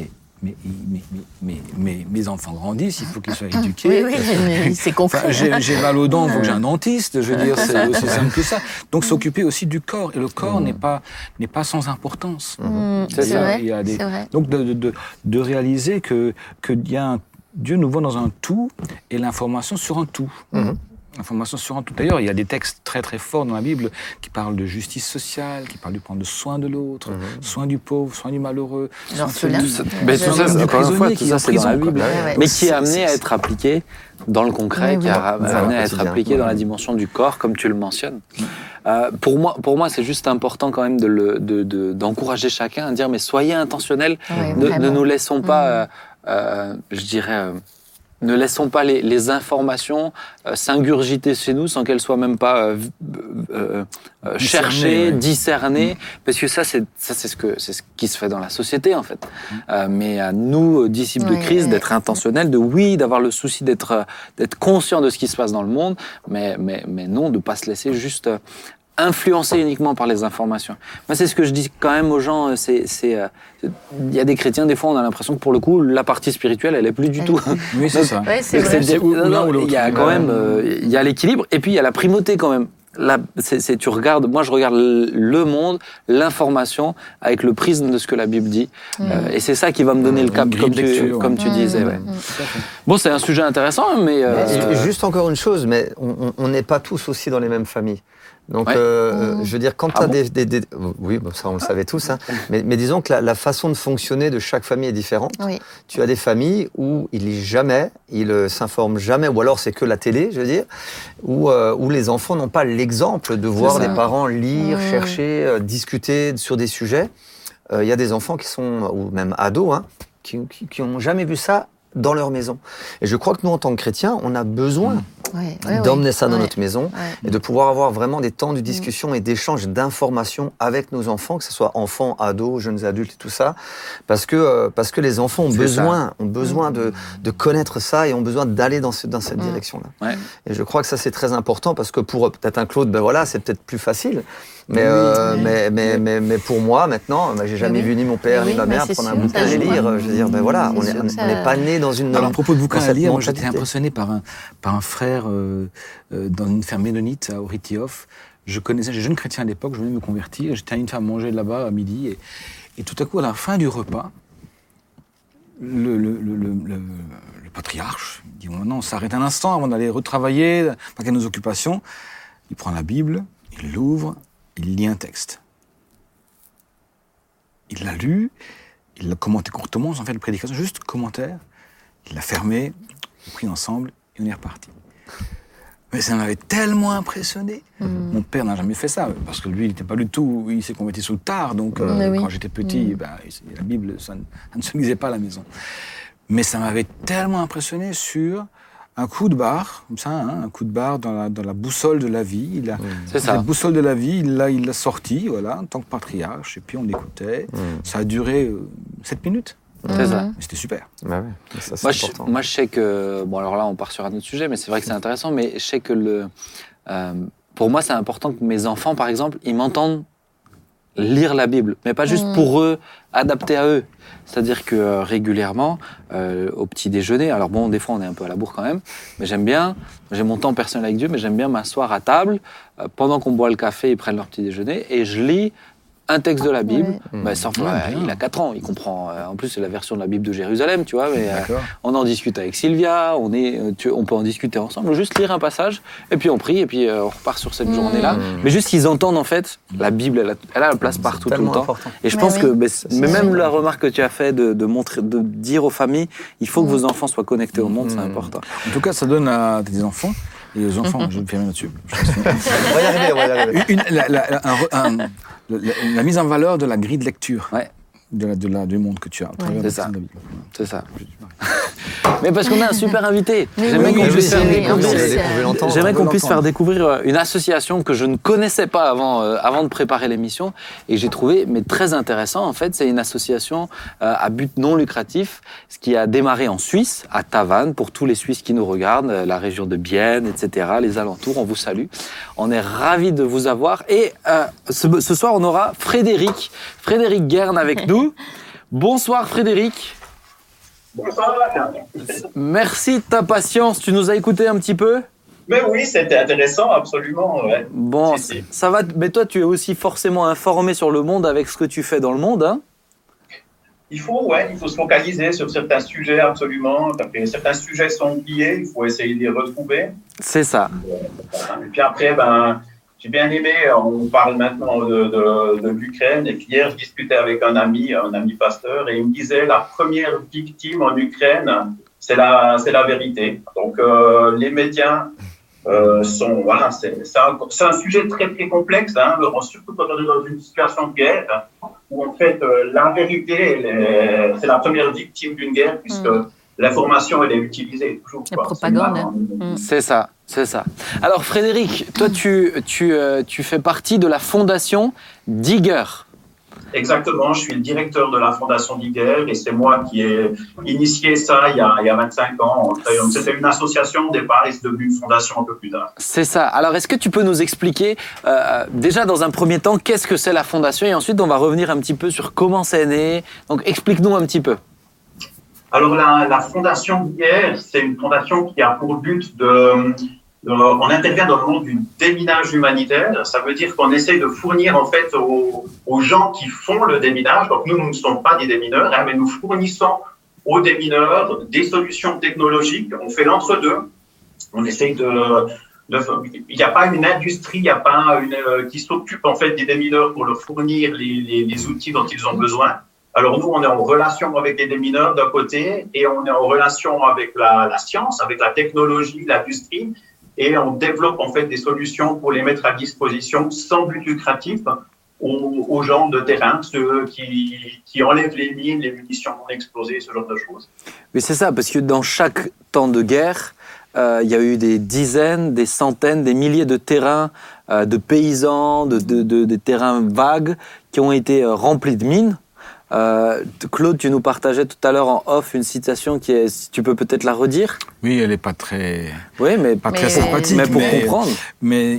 S2: mais mes enfants grandissent, il faut qu'ils soient éduqués.
S3: Oui, mais c'est concret.
S2: Enfin, j'ai mal aux dents, il faut que j'ai un dentiste, je veux dire, c'est aussi simple que ça. Donc s'occuper aussi du corps. Et le corps n'est pas sans importance.
S3: C'est vrai,
S2: Il y a des...
S3: c'est vrai.
S2: Donc de réaliser qu'il y a Dieu nous voit dans un tout et l'information sur un tout. L'information sur un tout. D'ailleurs, il y a des textes très très forts dans la Bible qui parlent de justice sociale, qui parlent de prendre soin de l'autre, soin du pauvre, soin du malheureux.
S3: L'orphelin.
S1: Mais tout ça,
S2: Du
S1: encore une fois,
S2: prisonnier
S1: tout
S2: qui est
S1: ça,
S2: en
S1: c'est dans la
S2: prison,
S1: Bible.
S2: quoi.
S3: Ouais, ouais.
S1: Mais qui est amené à être appliqué dans le concret,
S3: Oui,
S1: qui
S3: oui.
S1: est amené à être
S4: quotidien.
S1: appliqué dans la dimension du corps, comme tu le mentionnes. Pour moi, c'est juste important quand même d'encourager chacun à dire, mais soyez intentionnels,
S3: Ouais,
S1: ne
S3: vraiment.
S1: nous laissons pas, je dirais... ne laissons pas les informations s'ingurgiter chez nous sans qu'elles soient même pas cherchées,
S2: ouais. Mmh.
S1: discernées, parce que c'est ce qui se fait dans la société en fait. Mais à nous, disciples de
S3: Ouais,
S1: Christ,
S3: ouais.
S1: d'être intentionnels, d'avoir le souci d'être conscient de ce qui se passe dans le monde, mais non de pas se laisser juste influencé uniquement par les informations. Moi, c'est ce que je dis quand même aux gens. Il y a des chrétiens, des fois, on a l'impression que pour le coup, la partie spirituelle, elle est plus du tout.
S2: Oui, c'est ça.
S3: Ouais, c'est
S1: Donc,
S3: vrai.
S2: C'est ou l'un ou l'autre.
S1: il y a quand même, il y a l'équilibre, et puis il y a la primauté quand même. Là, tu regardes, moi je regarde le monde, l'information, avec le prisme de ce que la Bible dit. Et c'est ça qui va me donner le cap,
S2: Une grille de lecture,
S1: comme tu disais. Ouais. Bon, c'est un sujet intéressant, mais...
S4: Et juste encore une chose, mais on n'est pas tous aussi dans les mêmes familles. Donc,
S1: Ouais.
S4: je veux dire, quand tu as
S1: bon
S4: oui, bon, ça on le savait tous, hein, mais disons que la façon de fonctionner de chaque famille est différente.
S3: Oui.
S4: Tu as des familles où ils lisent jamais, ils s'informent jamais, ou alors c'est que la télé, je veux dire, où les enfants n'ont pas l'exemple de voir
S1: ça.
S4: les parents lire, chercher, discuter sur des sujets. Il y a des enfants qui sont, ou même ados, hein, qui n'ont jamais vu ça dans leur maison. Et je crois que nous, en tant que chrétiens, on a besoin d'emmener ça dans notre maison et de pouvoir avoir vraiment des temps de discussion et d'échange d'informations avec nos enfants, que ce soit enfants, ados, jeunes adultes et tout ça, parce que les enfants ont besoin de connaître ça et ont besoin d'aller dans cette direction-là.
S1: Ouais.
S4: Et je crois que ça, c'est très important parce que pour peut-être un Claude, ben voilà, c'est peut-être plus facile. Mais pour moi, maintenant, j'ai jamais vu ni mon père ni ma mère prendre un bouquin et lire. Je veux dire, ben voilà, on n'est pas né dans une...
S2: Alors, à propos de bouquins
S4: dans
S2: à
S4: cette
S2: lire, moi, j'étais
S4: mentalité.
S2: impressionné par un frère dans une ferme ménonite à Oritiof. J'étais jeune chrétien à l'époque, je venais de me convertir. J'étais invité à manger là-bas à midi. Et tout à coup, à la fin du repas, le patriarche dit non, on s'arrête un instant avant d'aller retravailler, pas qu'à nos occupations. Il prend la Bible, il l'ouvre, il lit un texte. Il l'a lu, il l'a commenté courtement, sans faire de prédication, juste commentaire. Il l'a fermé, on a pris ensemble et on est reparti. Mais ça m'avait tellement impressionné. Mon père n'a jamais fait ça, parce que lui, il n'était pas du tout... Il s'est converti sur le tard, donc quand j'étais petit, la Bible, ça ne se lisait pas à la maison. Mais ça m'avait tellement impressionné sur un coup de barre, comme ça, hein, un coup de barre dans la boussole de la vie.
S1: C'est ça.
S2: La boussole de la vie, il l'a sorti, voilà, en tant que patriarche, et puis on l'écoutait. Ça a duré 7 minutes.
S1: C'est ça.
S2: Mais c'était super.
S4: Bah ouais, ça, c'est important.
S1: Moi, je sais que... Bon, alors là, on part sur un autre sujet, mais c'est vrai que c'est intéressant, mais je sais que pour moi, c'est important que mes enfants, par exemple, ils m'entendent lire la Bible, mais pas juste pour eux, adapté à eux. C'est-à-dire que régulièrement, au petit déjeuner, alors bon, des fois on est un peu à la bourre quand même, mais j'ai mon temps personnel avec Dieu, mais j'aime bien m'asseoir à table, pendant qu'on boit le café, ils prennent leur petit déjeuner, et je lis un texte de la Bible. Il a 4 ans, il comprend. En plus, c'est la version de la Bible de Jérusalem, tu vois, mais on en discute avec Sylvia, on peut en discuter ensemble, juste lire un passage, et puis on prie, et puis on repart sur cette journée-là. Mais juste qu'ils entendent, en fait, la Bible, elle a la place partout, tout le temps.
S4: Important.
S1: Et je pense que, mais même la remarque que tu as fait de dire aux familles, il faut que vos enfants soient connectés au monde, c'est important.
S2: En tout cas, ça donne à tes enfants, et aux enfants, je vais me fermer là-dessus.
S4: On va y arriver.
S2: La mise en valeur de la grille de lecture du monde que tu as.
S1: C'est ça. Mais parce qu'on a un super invité. J'aimerais qu'on puisse faire découvrir une association que je ne connaissais pas avant de préparer l'émission et que j'ai trouvé très intéressant. En fait, c'est une association à but non lucratif, ce qui a démarré en Suisse, à Tavannes, pour tous les Suisses qui nous regardent, la région de Bienne, etc., les alentours. On vous salue. On est ravis de vous avoir. Et ce soir, on aura Frédéric Guern avec nous. Bonsoir Frédéric.
S5: Bonsoir.
S1: Merci de ta patience. Tu nous as écouté un petit peu ?
S5: Mais oui, c'était intéressant, absolument. Ouais.
S1: Bon, ça va. Mais toi, tu es aussi forcément informé sur le monde avec ce que tu fais dans le monde, hein ?
S5: Il faut se focaliser sur certains sujets, absolument. Parce que certains sujets sont oubliés, il faut essayer de les retrouver.
S1: C'est ça.
S5: Et puis après, j'ai bien aimé, on parle maintenant de l'Ukraine, et hier, je discutais avec un ami pasteur, et il me disait la première victime en Ukraine, c'est la vérité. Donc, les médias c'est un sujet très, très complexe, hein, surtout quand on est dans une situation de guerre, où en fait, la vérité, c'est la première victime d'une guerre, puisque l'information, elle est utilisée toujours.
S3: La propagande.
S1: C'est ça. Alors Frédéric, toi tu fais partie de la fondation Digger.
S5: Exactement, je suis le directeur de la fondation Digger et c'est moi qui ai initié ça il y a 25 ans. C'était une association au départ et c'est devenu une fondation un peu plus tard.
S1: C'est ça. Alors est-ce que tu peux nous expliquer déjà dans un premier temps qu'est-ce que c'est la fondation et ensuite on va revenir un petit peu sur comment c'est né. Donc explique-nous un petit peu.
S5: Alors la fondation Digger, c'est une fondation qui a pour but on intervient dans le monde du déminage humanitaire. Ça veut dire qu'on essaie de fournir en fait aux gens qui font le déminage. Donc nous ne sommes pas des démineurs, mais nous fournissons aux démineurs des solutions technologiques. On fait l'entre-deux. On essaye il n'y a pas une industrie, il n'y a pas qui s'occupe en fait des démineurs pour leur fournir les outils dont ils ont besoin. Alors nous, on est en relation avec les démineurs d'un côté et on est en relation avec la science, avec la technologie, l'industrie. Et on développe en fait des solutions pour les mettre à disposition sans but lucratif aux gens de terrain, ceux qui enlèvent les mines, les munitions non explosées, ce genre de choses.
S1: Mais c'est ça, parce que dans chaque temps de guerre, il y a eu des dizaines, des centaines, des milliers de terrains de paysans, des terrains vagues qui ont été remplis de mines. Claude, tu nous partageais tout à l'heure en off une citation qui est, si tu peux peut-être la redire.
S2: Oui, elle n'est pas très,
S1: très
S2: sympathique.
S1: Mais pour comprendre.
S2: Mais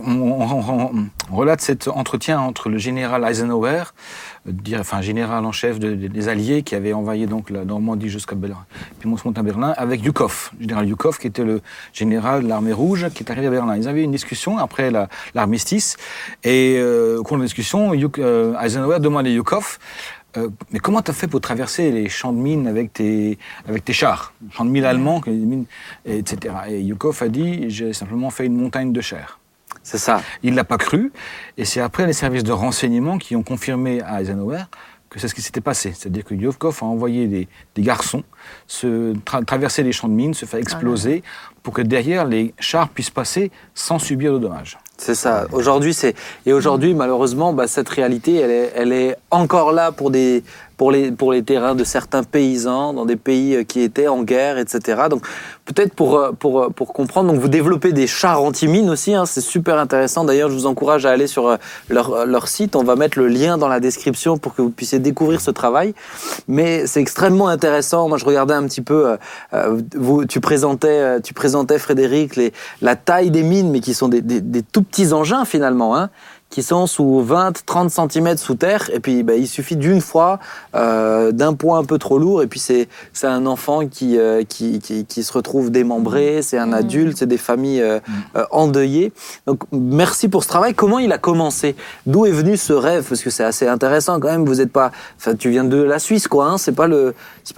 S2: on relate cet entretien entre le général Eisenhower, général en chef des Alliés qui avait envahi donc la Normandie jusqu'à Berlin, puis monte à Berlin, avec Yukov, général Yukov qui était le général de l'armée rouge qui est arrivé à Berlin. Ils avaient une discussion après l'armistice et au cours de la discussion, Eisenhower demande à Yukov mais comment tu as fait pour traverser les champs de mines avec tes chars, champs de mines allemands, etc. Et Yukov a dit, j'ai simplement fait une montagne de chair.
S1: C'est ça.
S2: Il ne l'a pas cru, et c'est après les services de renseignement qui ont confirmé à Eisenhower que c'est ce qui s'était passé. C'est-à-dire que Yukov a envoyé des garçons traverser les champs de mines, se faire exploser, pour que derrière les chars puissent passer sans subir de dommages.
S1: C'est ça. Aujourd'hui, malheureusement, cette réalité, elle est encore là pour les terrains de certains paysans dans des pays qui étaient en guerre, etc. Donc, peut-être pour comprendre, donc vous développez des chars anti-mines aussi, hein, c'est super intéressant. D'ailleurs, je vous encourage à aller sur leur site. On va mettre le lien dans la description pour que vous puissiez découvrir ce travail. Mais c'est extrêmement intéressant. Moi, je regardais un petit peu. Tu présentais Frédéric la taille des mines, mais qui sont des tout petits engins finalement, hein, qui sont sous 20, 30 cm sous terre, et puis il suffit d'une fois, d'un poids un peu trop lourd, et puis c'est un enfant qui se retrouve démembré, c'est un adulte, c'est des familles endeuillées. Donc merci pour ce travail. Comment il a commencé? D'où est venu ce rêve? Parce que c'est assez intéressant quand même, vous êtes pas... Enfin, tu viens de la Suisse, quoi, hein, c'est pas le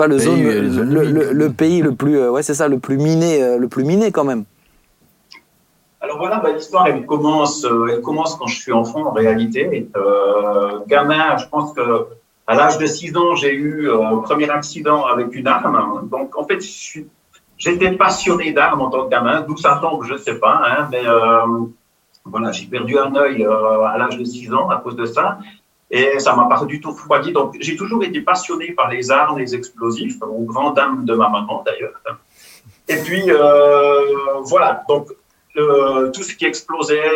S1: pays le plus... c'est ça, le plus miné quand même.
S5: Alors voilà, l'histoire, elle commence quand je suis enfant, en réalité. Gamin, je pense que à l'âge de 6 ans, j'ai eu un premier accident avec une arme. Donc, en fait, j'étais passionné d'armes en tant que gamin. D'où ça tombe, je ne sais pas. Hein, mais voilà, j'ai perdu un œil à l'âge de 6 ans à cause de ça. Et ça m'a pas du tout refroidi. Donc, j'ai toujours été passionné par les armes, les explosifs, aux grandes dames de ma maman, d'ailleurs. Et puis, voilà. Donc, tout ce qui explosait,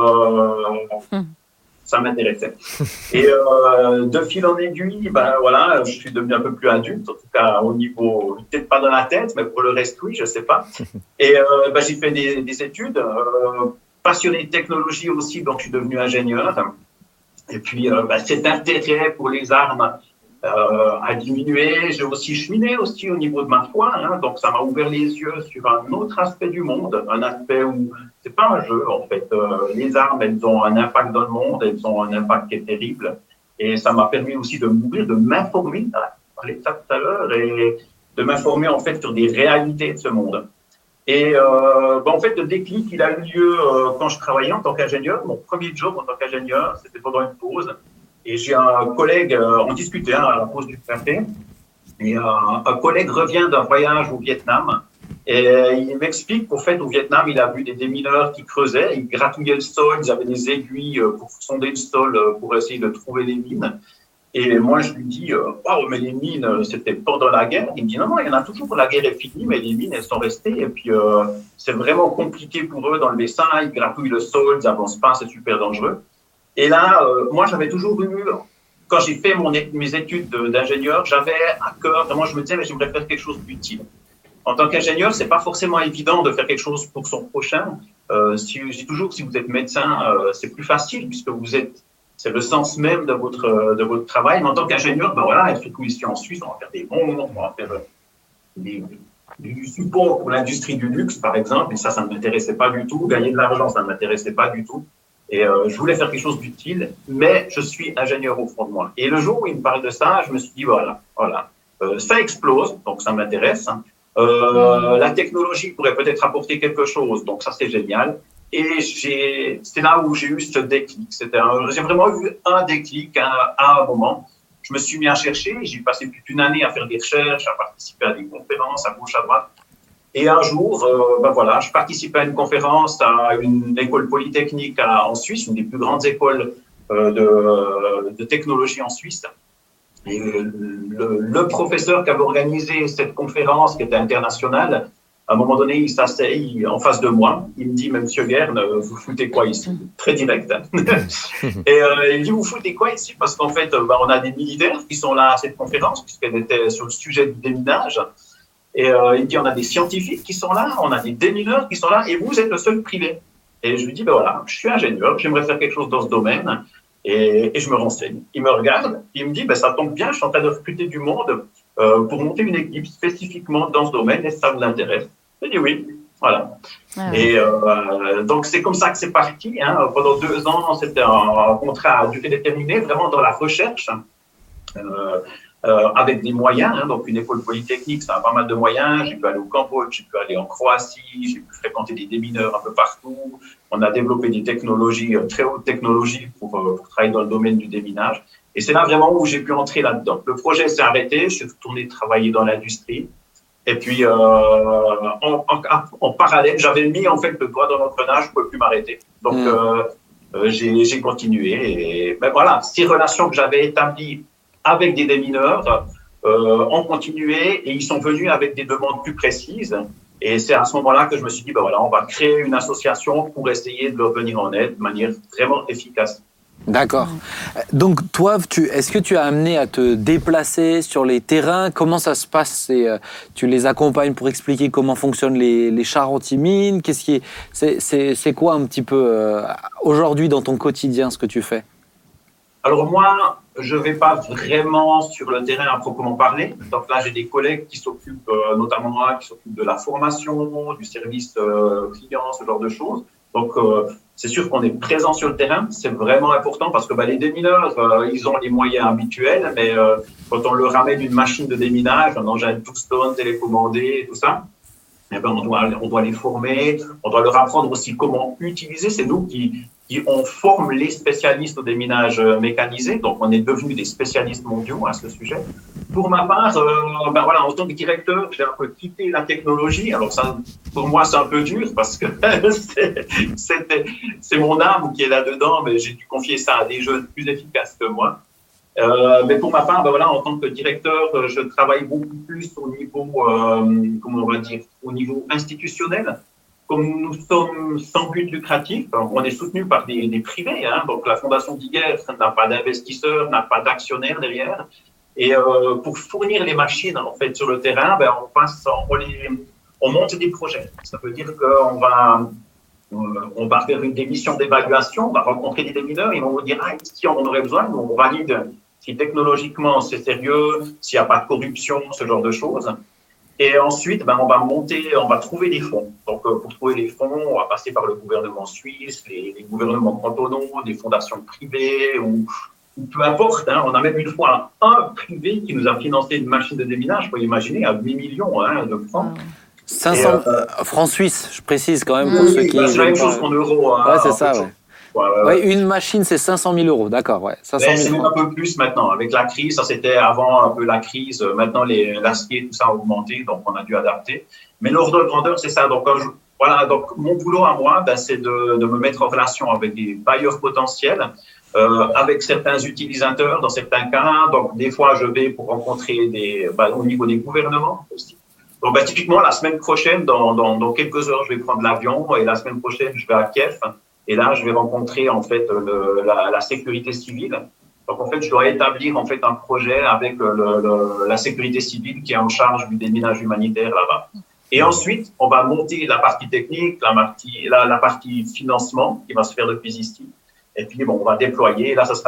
S5: ça m'intéressait. Et de fil en aiguille, voilà, je suis devenu un peu plus adulte, en tout cas au niveau, peut-être pas dans la tête, mais pour le reste, oui, je sais pas. Et j'ai fait des études, passionné de technologie aussi, donc je suis devenu ingénieur. Et puis, cet intérêt pour les armes a diminué. J'ai aussi cheminé aussi au niveau de ma foi, hein, donc ça m'a ouvert les yeux sur un autre aspect du monde, un aspect où c'est pas un jeu en fait. Les armes, elles ont un impact dans le monde, elles ont un impact qui est terrible, et ça m'a permis aussi de m'ouvrir, de m'informer. Je parlais de ça tout à l'heure, et de m'informer en fait sur des réalités de ce monde. Et en fait, le déclic, il a eu lieu quand je travaillais en tant qu'ingénieur. Mon premier job en tant qu'ingénieur, c'était pendant une pause. Et j'ai un collègue, on discutait à la pause du café, et un collègue revient d'un voyage au Vietnam, et il m'explique qu'au fait, au Vietnam, il a vu des démineurs qui creusaient, ils gratouillaient le sol, ils avaient des aiguilles pour sonder le sol, pour essayer de trouver les mines. Et moi, je lui dis, waouh, mais les mines, c'était pendant la guerre. Il me dit, non, il y en a toujours, la guerre est finie, mais les mines, elles sont restées. Et puis, c'est vraiment compliqué pour eux d'enlever ça. Ils gratouillent le sol, ils n'avancent pas, c'est super dangereux. Et là, moi, j'avais toujours eu, quand j'ai fait mes études d'ingénieur, j'avais à cœur, moi, je me disais, mais j'aimerais faire quelque chose d'utile. En tant qu'ingénieur, c'est pas forcément évident de faire quelque chose pour son prochain. Je dis toujours que si vous êtes médecin, c'est plus facile puisque c'est le sens même de votre travail. Mais en tant qu'ingénieur, voilà, et surtout ici en Suisse, on va faire des bombes, on va faire du support pour l'industrie du luxe, par exemple. Et ça ne m'intéressait pas du tout. Gagner de l'argent, ça ne m'intéressait pas du tout. Et je voulais faire quelque chose d'utile, mais je suis ingénieur au fond de moi. Et le jour où il me parle de ça, je me suis dit, voilà, ça explose, donc ça m'intéresse. La technologie pourrait peut-être apporter quelque chose, donc ça c'est génial. Et c'est là où j'ai eu ce déclic. J'ai vraiment eu un déclic à un moment. Je me suis mis à chercher, j'ai passé toute une année à faire des recherches, à participer à des conférences à gauche, à droite. Et un jour, voilà, je participais à une conférence à une école polytechnique en Suisse, une des plus grandes écoles de technologie en Suisse. Et le professeur qui avait organisé cette conférence, qui était internationale, à un moment donné, il s'asseye en face de moi. Il me dit, mais Monsieur Guerne, vous foutez quoi ici? Très direct. Et il dit, vous foutez quoi ici? Parce qu'en fait, on a des militaires qui sont là à cette conférence, puisqu'elle était sur le sujet du déminage. Et il dit, on a des scientifiques qui sont là, on a des démineurs qui sont là, et vous êtes le seul privé. Et je lui dis, voilà, je suis ingénieur, j'aimerais faire quelque chose dans ce domaine, et je me renseigne. Il me regarde, il me dit, ça tombe bien, je suis en train de recruter du monde pour monter une équipe spécifiquement dans ce domaine, et ça vous intéresse? Je dis oui, voilà. Et donc c'est comme ça que c'est parti. Hein. Pendant 2 ans, c'était un contrat à durée déterminée, vraiment dans la recherche. Avec des moyens, hein, donc une école polytechnique, ça a pas mal de moyens. J'ai pu aller au Cambodge, j'ai pu aller en Croatie, j'ai pu fréquenter des démineurs un peu partout. On a développé des technologies, très hautes technologies pour travailler dans le domaine du déminage. Et c'est là vraiment où j'ai pu entrer là-dedans. Le projet s'est arrêté, je suis retourné travailler dans l'industrie. Et puis, en parallèle, j'avais mis en fait le doigt dans l'engrenage, je ne pouvais plus m'arrêter. Donc, j'ai continué. Et voilà, ces relations que j'avais établies avec des démineurs ont continué et ils sont venus avec des demandes plus précises. Et c'est à ce moment-là que je me suis dit, voilà, on va créer une association pour essayer de leur venir en aide de manière vraiment efficace.
S1: D'accord. Donc toi, est-ce que tu as amené à te déplacer sur les terrains? Comment ça se passe? Tu les accompagnes pour expliquer comment fonctionnent les chars anti-mines? C'est quoi un petit peu aujourd'hui dans ton quotidien ce que tu fais?
S5: Alors moi, je ne vais pas vraiment sur le terrain à proprement parler. Donc là, j'ai des collègues qui s'occupent, notamment moi, qui s'occupent de la formation, du service client, ce genre de choses. Donc, c'est sûr qu'on est présent sur le terrain. C'est vraiment important parce que les démineurs, ils ont les moyens habituels, mais quand on leur ramène une machine de déminage, un engin 12 tonnes télécommandé et tout ça, eh ben, on doit les former, on doit leur apprendre aussi comment utiliser. C'est nous qui on forme les spécialistes au déminage mécanisé, donc on est devenus des spécialistes mondiaux à ce sujet. Pour ma part, en tant que directeur, j'ai un peu quitté la technologie. Alors ça, pour moi, c'est un peu dur parce que c'est mon âme qui est là-dedans, mais j'ai dû confier ça à des jeunes plus efficaces que moi. Mais pour ma part, en tant que directeur, je travaille beaucoup plus au niveau, au niveau institutionnel. Comme nous sommes sans but lucratif, on est soutenu par des privés. Donc la Fondation d'Iguerre n'a pas d'investisseurs, n'a pas d'actionnaires derrière. Et pour fournir les machines en fait sur le terrain, on monte des projets. Ça veut dire qu'on va faire des missions d'évaluation, on va rencontrer des démineurs, ils vont nous dire ici on en aurait besoin, on valide si technologiquement c'est sérieux, s'il n'y a pas de corruption, ce genre de choses. Et ensuite, on va trouver des fonds. Donc, pour trouver les fonds, on va passer par le gouvernement suisse, les gouvernements cantonaux, des fondations privées ou peu importe. On a même une fois un privé qui nous a financé une machine de déminage, vous pouvez imaginer, à 8 millions de francs.
S1: 500 francs suisses, je précise quand même pour ceux qui...
S5: C'est la même chose qu'en euros.
S1: Ouais, c'est ça, ouais. Une machine, c'est 500 000 euros, d'accord. Ouais, 500 000
S5: c'est même un peu plus maintenant. Avec la crise, ça c'était avant un peu la crise. Maintenant, l'acier, tout ça a augmenté, donc on a dû adapter. Mais l'ordre de grandeur, c'est ça. Donc, donc mon boulot à moi, c'est de me mettre en relation avec des bailleurs potentiels, avec certains utilisateurs dans certains cas. Donc, des fois, je vais pour rencontrer au niveau des gouvernements aussi. Donc, typiquement, la semaine prochaine, dans quelques heures, je vais prendre l'avion et la semaine prochaine, je vais à Kiev. Et là, je vais rencontrer en fait la sécurité civile. Donc en fait, je dois établir en fait un projet avec la sécurité civile qui est en charge du déminage humanitaire là-bas. Et ensuite, on va monter la partie technique, la partie financement qui va se faire depuis ici. Et puis on va déployer. Et là, ça sera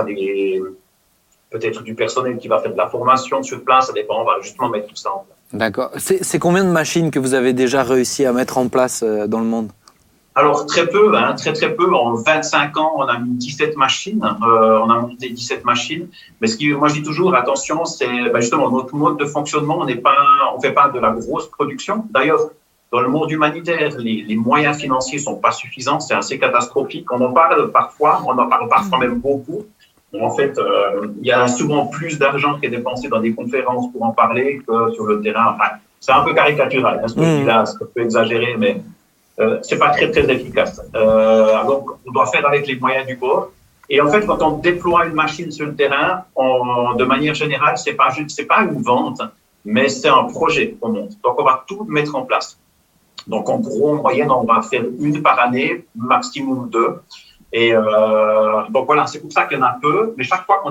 S5: peut-être du personnel qui va faire de la formation sur place. Ça dépend. On va justement mettre tout ça en place.
S1: D'accord. C'est combien de machines que vous avez déjà réussi à mettre en place dans le monde?
S5: Alors, très peu, très peu. En 25 ans, on a mis 17 machines. On a monté 17 machines. Mais moi, je dis toujours, attention, c'est justement notre mode de fonctionnement. On fait pas de la grosse production. D'ailleurs, dans le monde humanitaire, les moyens financiers sont pas suffisants. C'est assez catastrophique. On en parle parfois même beaucoup. En fait, il y a souvent plus d'argent qui est dépensé dans des conférences pour en parler que sur le terrain. Enfin, c'est un peu caricatural, ce que je dis là, c'est un peu exagéré, mais c'est pas très, très efficace. Donc, on doit faire avec les moyens du bord. Et en fait, quand on déploie une machine sur le terrain, de manière générale, c'est pas une vente, mais c'est un projet qu'on monte. Donc, on va tout mettre en place. Donc, en gros, en moyenne, on va faire une par année, maximum 2. Et donc voilà, c'est pour ça qu'il y en a peu. Mais chaque fois qu'on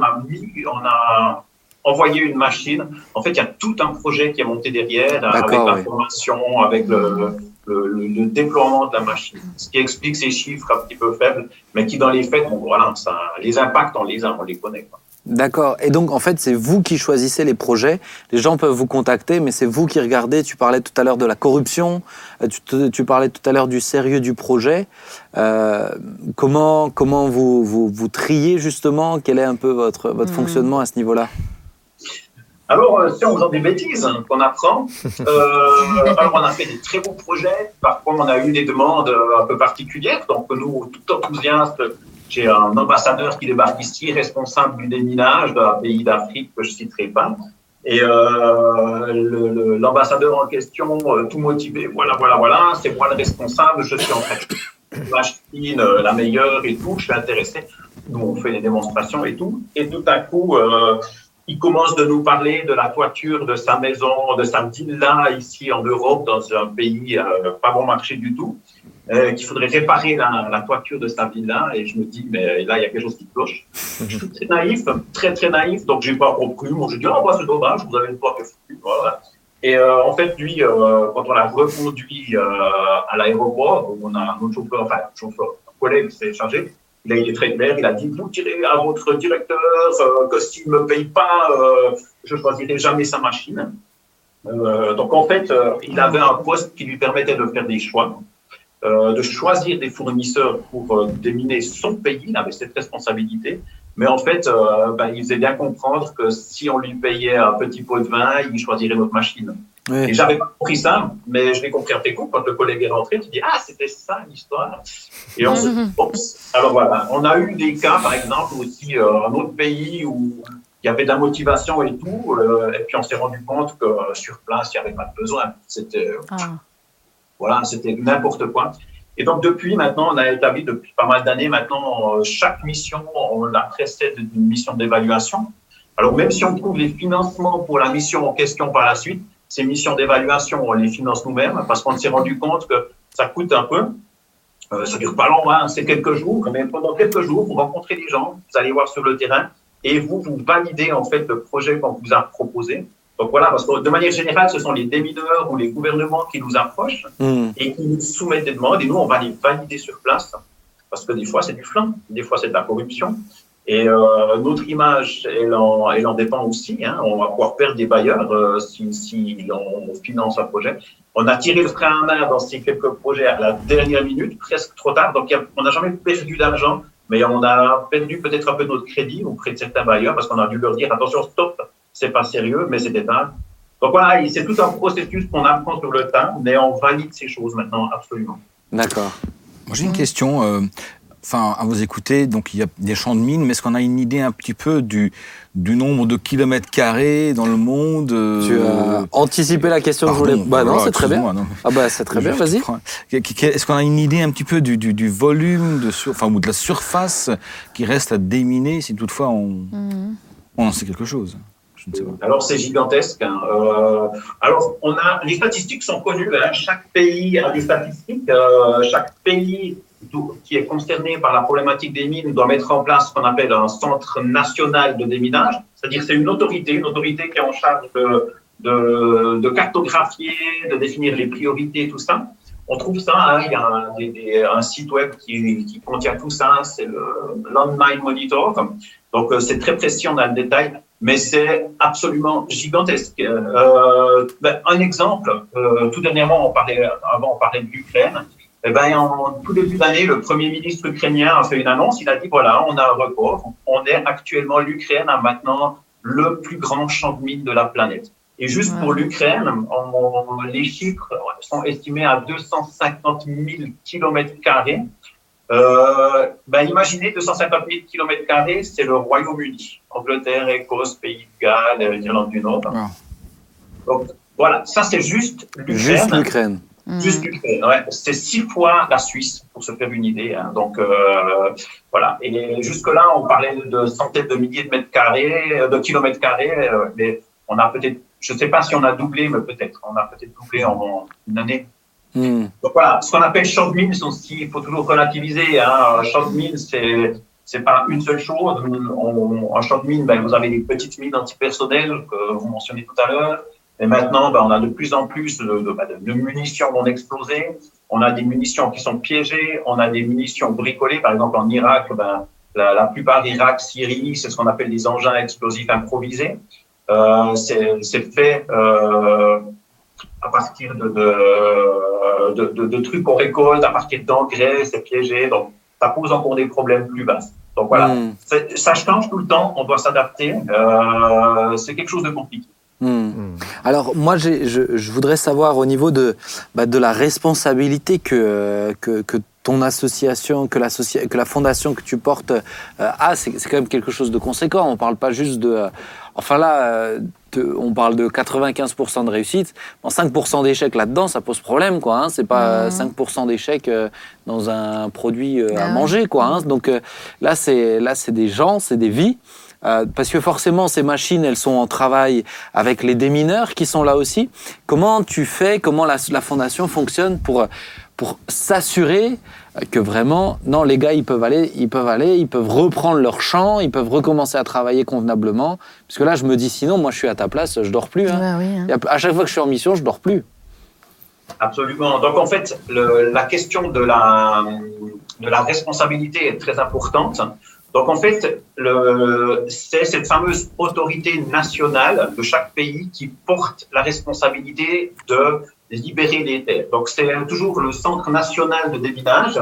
S5: a envoyé une machine, en fait, il y a tout un projet qui est monté derrière, avec la formation, avec le déploiement de la machine. Ce qui explique ces chiffres un petit peu faibles, mais qui dans les faits, les impacts, on les connaît, quoi.
S1: D'accord. Et donc, en fait, c'est vous qui choisissez les projets. Les gens peuvent vous contacter, mais c'est vous qui regardez. Tu parlais tout à l'heure de la corruption. Tu parlais tout à l'heure du sérieux du projet. Comment vous triez, justement? Quel est un peu votre fonctionnement à ce niveau-là?
S5: Alors, c'est en faisant des bêtises qu'on apprend. Alors, on a fait des très beaux projets. Parfois, on a eu des demandes un peu particulières. Donc, nous, tout enthousiastes, j'ai un ambassadeur qui débarque ici, responsable du déminage d'un pays d'Afrique que je ne citerai pas. Et l'ambassadeur en question, tout motivé, voilà, c'est moi le responsable, je suis en train de machine la meilleure et tout, je suis intéressé. Nous, on fait des démonstrations et tout. Et tout à coup, il commence de nous parler de la toiture de sa maison, de sa villa ici en Europe, dans un pays pas bon marché du tout. qu'il faudrait réparer la toiture de sa villa. Et je me dis, mais là, il y a quelque chose qui cloche. Je suis très naïf, très naïf. Donc, j'ai pas compris. Moi, je dis, c'est dommage, vous avez une toiture foutue. Voilà. Et en fait, lui, quand on l'a reconduit à l'aéroport, où on a un autre chauffeur, un collègue qui s'est chargé, il est très clair, il a dit, vous direz à votre directeur que s'il ne me paye pas, je ne choisirai jamais sa machine. Donc, en fait, il avait un poste qui lui permettait de faire des choix. De choisir des fournisseurs pour déminer son pays, il avait cette responsabilité. Mais en fait, il faisait bien comprendre que si on lui payait un petit pot de vin, il choisirait notre machine. Oui. Et j'avais pas compris ça, mais je l'ai compris après coup, quand le collègue est rentré, tu dis, c'était ça l'histoire. Et on se dit, alors voilà, on a eu des cas, par exemple, aussi, un autre pays où il y avait de la motivation et tout, et puis on s'est rendu compte que sur place, il n'y avait pas de besoin. C'était n'importe quoi. Et donc, depuis maintenant, on a établi depuis pas mal d'années maintenant, chaque mission, on la précède d'une mission d'évaluation. Alors, même si on trouve les financements pour la mission en question par la suite, ces missions d'évaluation, on les finance nous-mêmes parce qu'on s'est rendu compte que ça coûte un peu. Ça dure pas longtemps, c'est quelques jours, mais pendant quelques jours, vous rencontrez des gens, vous allez voir sur le terrain et vous validez en fait le projet qu'on vous a proposé. Donc voilà, parce que de manière générale, ce sont les démineurs ou les gouvernements qui nous approchent et qui nous soumettent des demandes et nous, on va les valider sur place parce que des fois, c'est du flan, des fois, c'est de la corruption. Et notre image, elle en dépend aussi. On va pouvoir perdre des bailleurs si on finance un projet. On a tiré le frein à main dans ces quelques projets à la dernière minute, presque trop tard. Donc, on n'a jamais perdu d'argent, mais on a perdu peut-être un peu notre crédit auprès de certains bailleurs parce qu'on a dû leur dire, attention, stop, c'est pas sérieux, mais c'était tard. Donc voilà, c'est tout un processus qu'on apprend sur le tas, mais on valide ces choses maintenant, absolument.
S1: D'accord.
S2: Moi, j'ai une question. À vous écouter, donc il y a des champs de mines, mais est-ce qu'on a une idée un petit peu du nombre de kilomètres carrés dans le monde
S1: Tu as anticipé la question que je voulais... non, c'est très bien. C'est très bien, vas-y.
S2: Est-ce qu'on a une idée un petit peu du volume ou de la surface qui reste à déminer si toutefois on en sait quelque chose? Je ne sais pas.
S5: Alors, c'est gigantesque. Alors, les statistiques sont connues. Chaque pays a des statistiques. Chaque pays qui est concerné par la problématique des mines doit mettre en place ce qu'on appelle un centre national de déminage. C'est-à-dire c'est une autorité qui est en charge de cartographier, de définir les priorités, tout ça. On trouve ça, il y a un site web qui contient tout ça, c'est le Landmine Monitor. Donc, c'est très précis, on a le détail, mais c'est absolument gigantesque. Un exemple, tout dernièrement, on parlait de l'Ukraine. En tout début d'année, le Premier ministre ukrainien a fait une annonce. Il a dit, voilà, on a un record. On est actuellement, l'Ukraine a maintenant le plus grand champ de mines de la planète. Et juste pour l'Ukraine, les chiffres sont estimés à 250 000 km². Imaginez 250 000 km², c'est le Royaume-Uni. Angleterre, Écosse, Pays de Galles, Irlande du Nord. Donc, voilà, ça c'est juste l'Ukraine.
S1: Juste l'Ukraine.
S5: Juste l'Ukraine, ouais. C'est 6 fois la Suisse, pour se faire une idée. Donc, voilà. Et jusque-là, on parlait de centaines de milliers de kilomètres carrés, mais on a peut-être, je ne sais pas si on a doublé, mais peut-être. On a peut-être doublé en une année. Donc voilà, ce qu'on appelle champ de mine, il faut toujours relativiser. Un champ de mine, c'est pas une seule chose. Un champ de mine, vous avez des petites mines antipersonnelles que vous mentionnez tout à l'heure. Et maintenant, on a de plus en plus de munitions non explosées. On a des munitions qui sont piégées. On a des munitions bricolées. Par exemple, en Irak, la plupart Irak, Syrie, c'est ce qu'on appelle des engins explosifs improvisés. C'est fait à partir de trucs qu'on récolte, à partir d'engrais, c'est piégé. Donc, ça pose encore des problèmes plus vastes. Donc voilà, ça change tout le temps. On doit s'adapter. C'est quelque chose de compliqué.
S1: Alors moi je voudrais savoir au niveau de la responsabilité que ton association, que la fondation que tu portes a, c'est quand même quelque chose de conséquent. On parle pas juste de on parle de 95% de réussite. 5% d'échecs là-dedans, ça pose problème, quoi. Hein. C'est pas 5% d'échecs dans un produit à manger, quoi. Hein. Donc là, c'est des gens, c'est des vies. Parce que forcément, ces machines, elles sont en travail avec les démineurs qui sont là aussi. Comment tu fais, comment la fondation fonctionne pour s'assurer que vraiment, non, les gars, ils peuvent reprendre leur champ, ils peuvent recommencer à travailler convenablement. Parce que là, je me dis, sinon, moi, je suis à ta place, je dors plus. Hein.
S3: Bah oui, hein.
S1: À chaque fois que je suis en mission, je dors plus.
S5: Absolument. Donc, en fait, la question de la responsabilité est très importante. Donc, en fait, c'est cette fameuse autorité nationale de chaque pays qui porte la responsabilité de libérer les terres. Donc, c'est toujours le Centre national de déminage,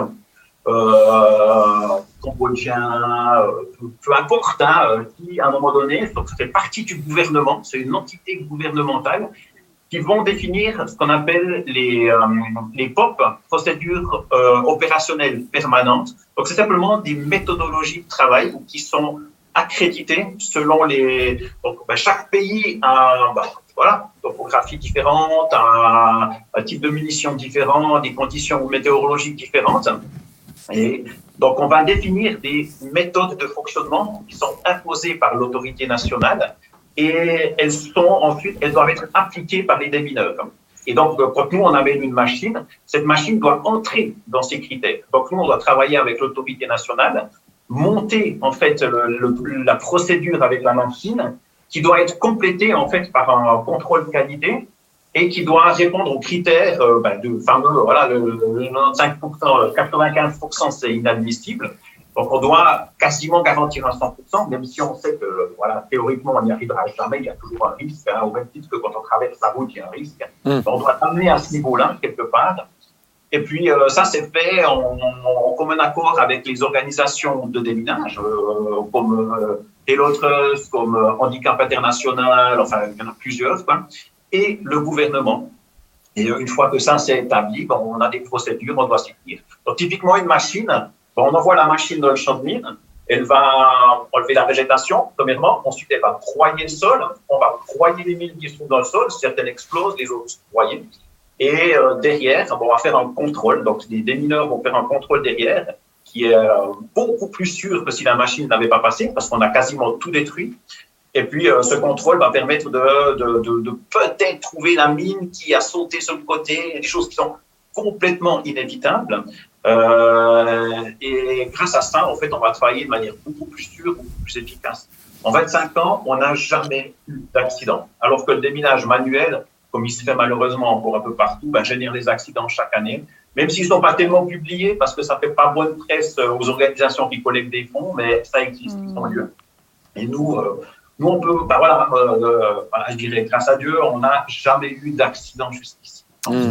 S5: cambodgien, peu importe, hein, qui, à un moment donné, donc, fait partie du gouvernement, c'est une entité gouvernementale, qui vont définir ce qu'on appelle les POP, procédures opérationnelles permanentes. Donc, c'est simplement des méthodologies de travail qui sont accréditées selon les... Donc, chaque pays a une topographie différente, un type de munitions différent, des conditions météorologiques différentes. Et donc, on va définir des méthodes de fonctionnement qui sont imposées par l'autorité nationale et elles doivent être appliquées par les démineurs. Et donc, quand nous, on amène une machine, cette machine doit entrer dans ces critères. Donc, nous, on doit travailler avec l'autorité nationale, monter, en fait, la procédure avec la machine, qui doit être complétée, en fait, par un contrôle qualité et qui doit répondre aux critères de fameux, le 95%, 95%, c'est inadmissible. Donc, on doit quasiment garantir un 100%, même si on sait que, théoriquement, on n'y arrivera jamais, il y a toujours un risque, au même titre que quand on traverse la route, il y a un risque. On doit amener à ce niveau-là, quelque part. Et puis, ça, c'est fait en commun accord avec les organisations de déminage, comme Taylor Trust, comme Handicap International, enfin, il y en a plusieurs, quoi, et le gouvernement. Et une fois que ça s'est établi, on a des procédures, on doit s'y tenir. Donc, typiquement, une machine, on envoie la machine dans le champ de mine, elle va enlever la végétation, premièrement, ensuite elle va broyer le sol, on va broyer les mines qui sont dans le sol, certaines explosent, les autres sont broyées. Et derrière, on va faire un contrôle, donc des mineurs vont faire un contrôle derrière, qui est beaucoup plus sûr que si la machine n'avait pas passé, parce qu'on a quasiment tout détruit. Et puis, ce contrôle va permettre de peut-être trouver la mine qui a sauté sur le côté, des choses qui sont complètement inévitables. Et grâce à ça, en fait, on va travailler de manière beaucoup plus sûre, beaucoup plus efficace. En 25 ans, on n'a jamais eu d'accident. Alors que le déminage manuel, comme il se fait malheureusement encore un peu partout, génère des accidents chaque année. Même s'ils ne sont pas tellement publiés, parce que ça ne fait pas bonne presse aux organisations qui collectent des fonds, mais ça existe, ils ont lieu. Et nous, on peut, je dirais, grâce à Dieu, on n'a jamais eu d'accident jusqu'ici.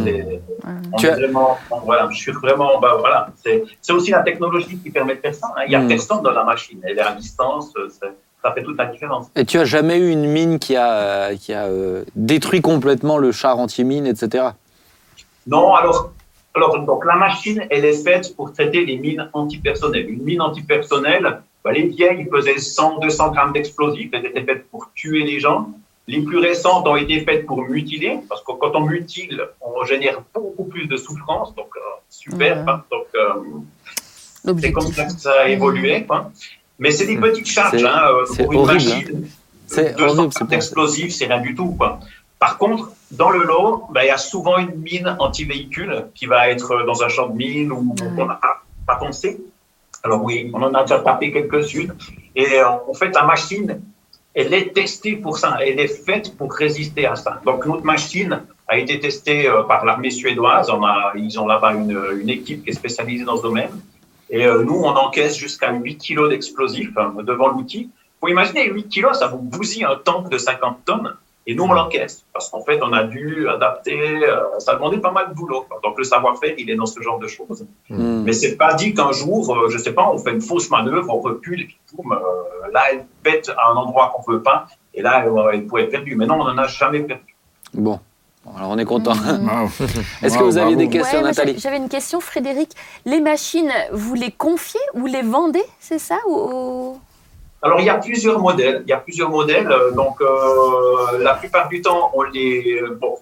S5: Je suis vraiment, c'est aussi la technologie qui permet de faire ça. Hein. Il n'y a personne dans la machine, elle est à distance, ça fait toute la différence.
S1: Et tu n'as jamais eu une mine qui a détruit complètement le char anti-mine, etc.
S5: Non, alors donc la machine, elle est faite pour traiter les mines antipersonnelles. Une mine antipersonnelle, les vieilles faisaient 100-200 grammes d'explosifs, elles étaient faites pour tuer les gens. Les plus récentes ont été faites pour mutiler, parce que quand on mutile, on génère beaucoup plus de souffrance, donc super. Donc, c'est comme ça que ça a évolué. Quoi. Mais c'est des petites charges. Pour une
S1: horrible,
S5: machine, 200 grammes d'explosifs, c'est rien du tout. Quoi. Par contre, dans le lot, il y a souvent une mine anti-véhicule qui va être dans un champ de mine où on n'a pas pensé. Alors oui, on en a déjà tapé quelques-unes. Et en fait, la machine, elle est testée pour ça. Elle est faite pour résister à ça. Donc, notre machine a été testée par l'armée suédoise. Ils ont là-bas une équipe qui est spécialisée dans ce domaine. Et nous, on encaisse jusqu'à 8 kilos d'explosifs devant l'outil. Vous imaginez, 8 kilos, ça vous bousille un tank de 50 tonnes. Et nous, on l'encaisse. Parce qu'en fait, on a dû adapter. Ça demandait pas mal de boulot. Donc, le savoir-faire, il est dans ce genre de choses. Mais c'est pas dit qu'un jour, je sais pas, on fait une fausse manœuvre, on recule et puis boum, là, elle pète à un endroit qu'on veut pas. Et là, elle pourrait être perdue. Mais non, on n'en a jamais perdu.
S1: Bon. Alors, on est content. Est-ce que vous aviez des questions, Nathalie ?
S3: J'avais une question, Frédéric. Les machines, vous les confiez ou les vendez, c'est ça ou...
S5: Alors, il y a plusieurs modèles. Donc, la plupart du temps, on les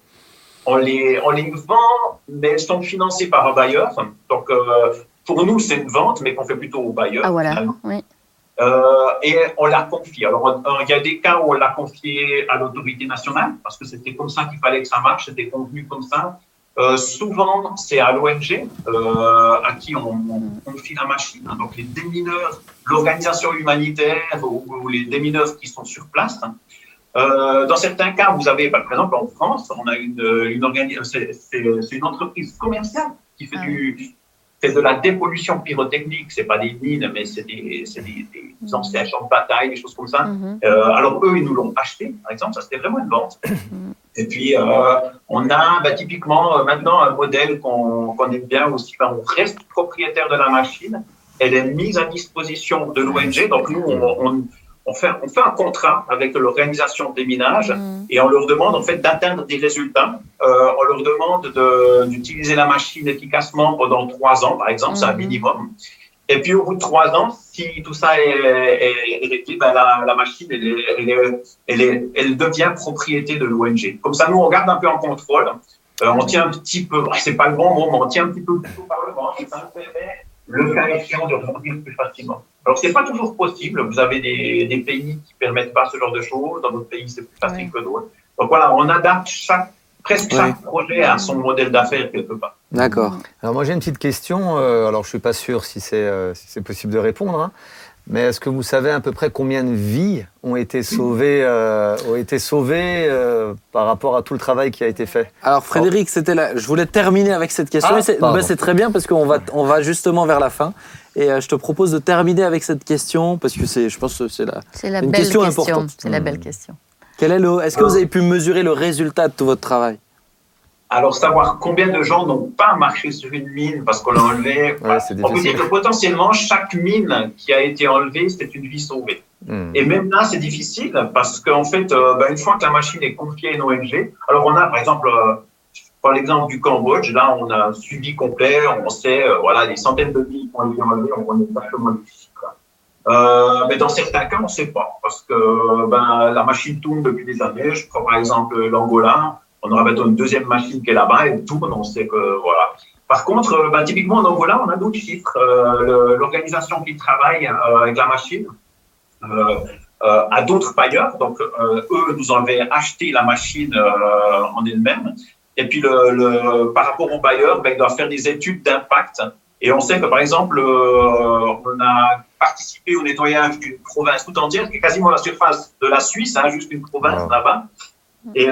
S5: vend, mais elles sont financées par un bailleur. Donc, pour nous, c'est une vente, mais qu'on fait plutôt au bailleur.
S3: Ah, voilà, oui.
S5: Et on la confie. Alors, il y a des cas où on l'a confié à l'autorité nationale, parce que c'était comme ça qu'il fallait que ça marche, c'était convenu comme ça. Souvent, c'est à l'ONG à qui on confie la machine, hein, donc les démineurs, l'organisation humanitaire ou les démineurs qui sont sur place. Dans certains cas, vous avez, par exemple, en France, on a c'est une entreprise commerciale qui fait de la dépollution pyrotechnique. C'est pas des mines, mais c'est des anciens champs de bataille, des choses comme ça. Alors eux, ils nous l'ont acheté, par exemple, ça c'était vraiment une vente. Et puis on a typiquement maintenant un modèle qu'on aime bien aussi. On reste propriétaire de la machine. Elle est mise à disposition de l'ONG. Donc nous, on fait un contrat avec l'organisation des minages et on leur demande en fait d'atteindre des résultats. On leur demande d'utiliser la machine efficacement pendant 3 ans, par exemple, c'est un minimum. Et puis au bout de 3 ans, si tout ça est réglé, la machine elle devient propriété de l'ONG. Comme ça, nous on garde un peu en contrôle. On tient un petit peu, c'est pas le bon mot, mais on tient un petit peu par le ventre. Ça nous permet, le cas échéant, de rebondir plus facilement. Alors, c'est pas toujours possible. Vous avez des pays qui permettent pas ce genre de choses. Dans d'autres pays, c'est plus facile que d'autres. Donc voilà, on adapte presque chaque projet à son modèle d'affaires quelque part.
S1: D'accord.
S4: Alors moi, j'ai une petite question. Alors, je suis pas sûr si c'est possible de répondre, hein. Mais est-ce que vous savez à peu près combien de vies ont été sauvées, par rapport à tout le travail qui a été fait?
S1: Alors Frédéric, c'était là. Je voulais terminer avec cette question. C'est très bien parce qu'on va justement vers la fin. Et je te propose de terminer avec cette question parce que je pense que c'est une question importante.
S3: C'est la belle question.
S1: Est-ce que vous avez pu mesurer le résultat de tout votre travail?
S5: Alors, savoir combien de gens n'ont pas marché sur une mine parce qu'on l'a enlevée. On peut dire que potentiellement, chaque mine qui a été enlevée, c'est une vie sauvée. Et même là, c'est difficile parce qu'en fait, une fois que la machine est confiée à une ONG, alors on a, par exemple, par l'exemple du Cambodge, là, on a un suivi complet, on sait, des centaines de vies qui ont été enlevées, on connaît exactement les chiffres. Mais dans certains cas, on ne sait pas parce que la machine tourne depuis des années. Je prends par exemple l'Angola. On aura bientôt une deuxième machine qui est là-bas, elle tourne, on sait que voilà. Par contre, typiquement en Angola, on a d'autres chiffres. L'organisation qui travaille avec la machine a d'autres payeurs. Donc, eux nous avaient acheté la machine en elle-même. Et puis, par rapport aux bailleurs, ils doivent faire des études d'impact. Et on sait que, par exemple, on a participé au nettoyage d'une province tout entière, qui est quasiment la surface de la Suisse, juste une province là-bas. Et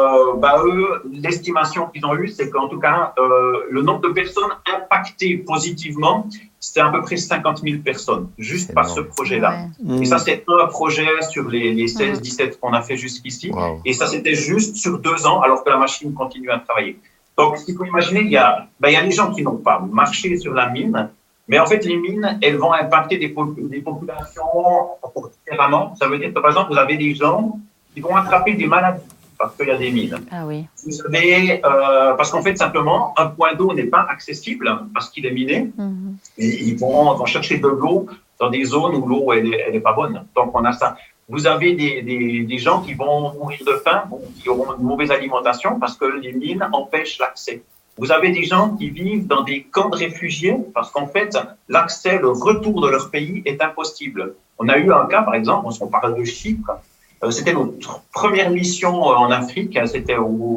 S5: eux, l'estimation qu'ils ont eue, c'est qu'en tout cas, le nombre de personnes impactées positivement, c'était à peu près 50 000 personnes, juste par ce projet-là. Et ça, c'est un projet sur les 16-17 qu'on a fait jusqu'ici. Et ça, c'était juste sur 2 ans, alors que la machine continue à travailler. Donc, il faut imaginer, il y a des gens qui n'ont pas marché sur la mine, mais en fait, les mines, elles vont impacter des populations différemment. Ça veut dire que, par exemple, vous avez des gens qui vont attraper des maladies parce qu'il y a des mines.
S3: Ah oui.
S5: Vous savez, parce qu'en fait, simplement, un point d'eau n'est pas accessible parce qu'il est miné. Et ils vont chercher de l'eau dans des zones où l'eau, elle est pas bonne. Donc, on a ça. Vous avez des gens qui vont mourir de faim, qui auront une mauvaise alimentation parce que les mines empêchent l'accès. Vous avez des gens qui vivent dans des camps de réfugiés parce qu'en fait, l'accès, le retour de leur pays est impossible. On a eu un cas, par exemple, on parle de Chypre. C'était notre première mission en Afrique, c'était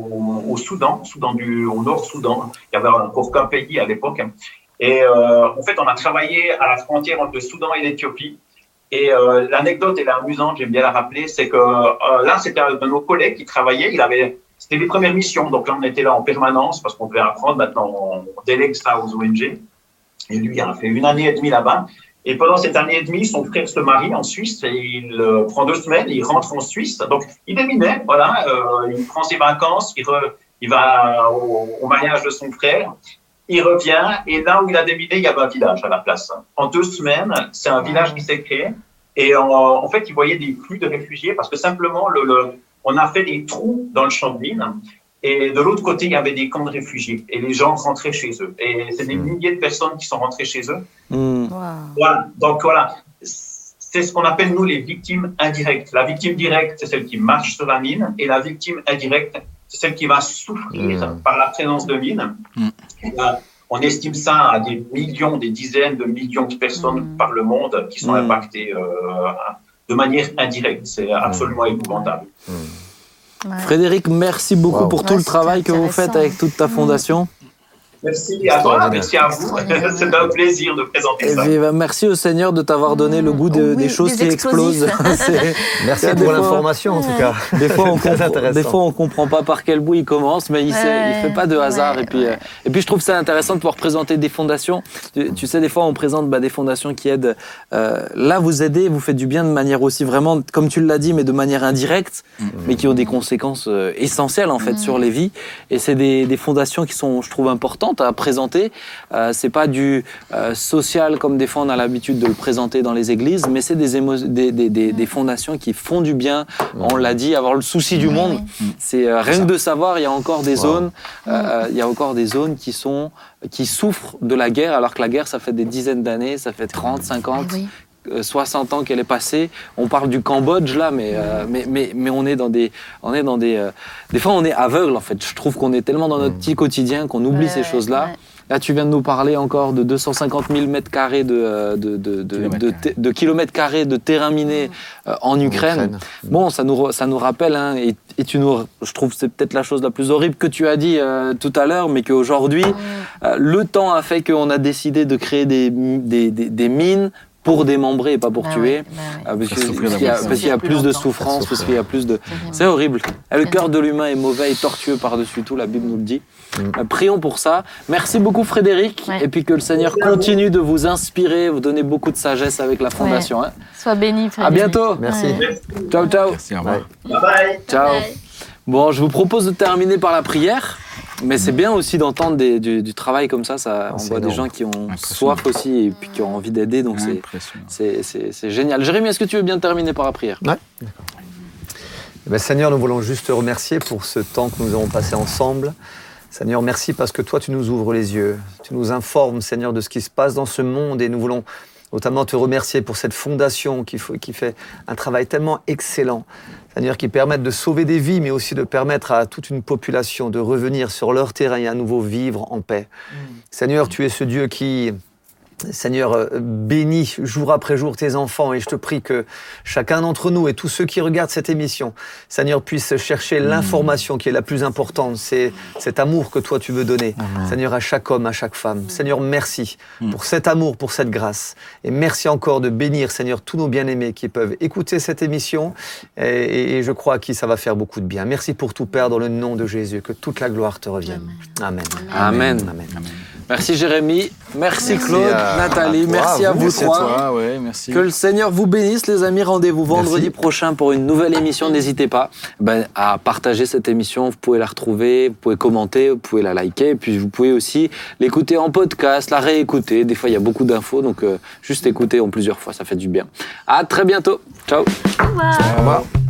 S5: au Soudan, au Nord-Soudan. Il y avait encore qu'un pays à l'époque. Et en fait, on a travaillé à la frontière entre le Soudan et l'Éthiopie. Et l'anecdote, elle est amusante, j'aime bien la rappeler, c'est que là, c'était un de nos collègues qui travaillait. C'était les premières missions, donc là, on était là en permanence parce qu'on devait apprendre. Maintenant, on délègue ça aux ONG. Et lui, il a fait 1 année et demie là-bas. Et pendant cette année et demie, son frère se marie en Suisse et il prend 2 semaines, il rentre en Suisse. Donc, il déminait, voilà, il prend ses vacances, il va au mariage de son frère, il revient et là où il a déminé, il y avait un village à la place. En 2 semaines, c'est un village qui s'est créé et en fait, il voyait des flux de réfugiés parce que simplement, on a fait des trous dans le champ de mine. Et de l'autre côté, il y avait des camps de réfugiés. Et les gens rentraient chez eux. Et c'est des milliers de personnes qui sont rentrées chez eux. Voilà. Donc voilà, c'est ce qu'on appelle, nous, les victimes indirectes. La victime directe, c'est celle qui marche sur la mine. Et la victime indirecte, c'est celle qui va souffrir par la présence de mine. On estime ça à des millions, des dizaines de millions de personnes par le monde qui sont impactées de manière indirecte. C'est absolument épouvantable.
S3: Ouais.
S1: Frédéric, merci beaucoup pour tout le
S3: c'était
S1: travail que vous faites
S3: intéressant.
S1: avec toute ta fondation.
S5: Merci à toi, merci à vous.
S3: Extraordinaire.
S5: C'est un plaisir de présenter
S1: Et
S5: ça.
S1: puis, merci au Seigneur de t'avoir donné le goût
S3: Oui,
S1: des choses
S3: des
S1: qui explosent.
S3: explosifs.
S4: Merci
S1: Des
S4: pour
S1: fois-
S4: l'information, en tout cas.
S1: Des fois,
S4: Très intéressant.
S1: on comprend pas par quel bout il commence, mais il fait pas de hasard.
S3: Ouais,
S1: Et puis, je trouve ça intéressant de pouvoir présenter des fondations. Tu sais, des fois, on présente des fondations qui aident. Là, vous aidez, vous faites du bien de manière aussi vraiment, comme tu l'as dit, mais de manière indirecte, mais qui ont des conséquences essentielles en fait sur les vies. Et c'est des fondations qui sont, je trouve, importantes à présenter. C'est pas du social comme des fois on a l'habitude de le présenter dans les églises, mais c'est des fondations qui font du bien. On l'a dit, avoir le souci du monde. C'est rien que de savoir, il y a encore des zones, il y a encore des zones qui souffrent de la guerre, alors que la guerre, ça fait des dizaines d'années, ça fait 30, 50.
S3: Oui.
S1: 60 ans qu'elle est passée. On parle du Cambodge là, mais on est dans des fois on est aveugle en fait. Je trouve qu'on est tellement dans notre petit quotidien qu'on oublie ces choses-là.
S3: Ouais.
S1: Là, tu viens de nous parler encore de 250 000 mètres carrés de kilomètres carrés de terrain miné en Ukraine. Bon, ça nous rappelle, hein, et je trouve que c'est peut-être la chose la plus horrible que tu as dit tout à l'heure, mais qu'aujourd'hui, le temps a fait qu'on a décidé de créer des mines pour démembrer et pas pour tuer, parce qu'il y a plus de souffrance, parce qu'il y a plus de... C'est horrible. Le cœur de l'humain est mauvais et tortueux par-dessus tout, la Bible nous le dit. Prions pour ça. Merci beaucoup Frédéric, et puis que le Seigneur continue de vous inspirer, vous donner beaucoup de sagesse avec la fondation.
S3: Ouais. Sois béni, Frédéric.
S1: À bientôt.
S4: Merci.
S3: Ouais.
S1: Ciao, ciao.
S2: Merci, au revoir.
S5: Bye bye.
S1: Ciao.
S3: Bye.
S1: Bon, je vous propose de terminer par la prière. Mais c'est bien aussi d'entendre du travail comme ça. On voit des gens qui ont soif aussi et puis qui ont envie d'aider. Donc c'est génial. Jérémy, est-ce que tu veux bien terminer par la prière?
S4: Ouais, d'accord. Ben, Seigneur, nous voulons juste te remercier pour ce temps que nous avons passé ensemble. Seigneur, merci parce que toi, tu nous ouvres les yeux. Tu nous informes, Seigneur, de ce qui se passe dans ce monde et nous voulons notamment te remercier pour cette fondation qui fait un travail tellement excellent. Seigneur, qui permettent de sauver des vies, mais aussi de permettre à toute une population de revenir sur leur terrain et à nouveau vivre en paix. Seigneur, tu es ce Dieu qui, Seigneur, bénis jour après jour tes enfants et je te prie que chacun d'entre nous et tous ceux qui regardent cette émission, Seigneur, puissent chercher l'information qui est la plus importante, c'est cet amour que toi tu veux donner, Seigneur, à chaque homme, à chaque femme. Seigneur, merci pour cet amour, pour cette grâce et merci encore de bénir, Seigneur, tous nos bien-aimés qui peuvent écouter cette émission et je crois à qui ça va faire beaucoup de bien. Merci pour tout, Père, dans le nom de Jésus, que toute la gloire te revienne. Amen.
S1: Amen.
S4: Amen.
S1: Merci Jérémy, merci Claude, Nathalie, merci à vous
S2: Merci
S1: trois.
S2: à toi, ouais, merci.
S1: Que le Seigneur vous bénisse les amis, rendez-vous vendredi prochain pour une nouvelle émission. N'hésitez pas à partager cette émission, vous pouvez la retrouver, vous pouvez commenter, vous pouvez la liker, et puis vous pouvez aussi l'écouter en podcast, la réécouter. Des fois il y a beaucoup d'infos, donc juste écouter en plusieurs fois, ça fait du bien. À très bientôt, ciao.
S3: Au revoir.
S4: Au revoir.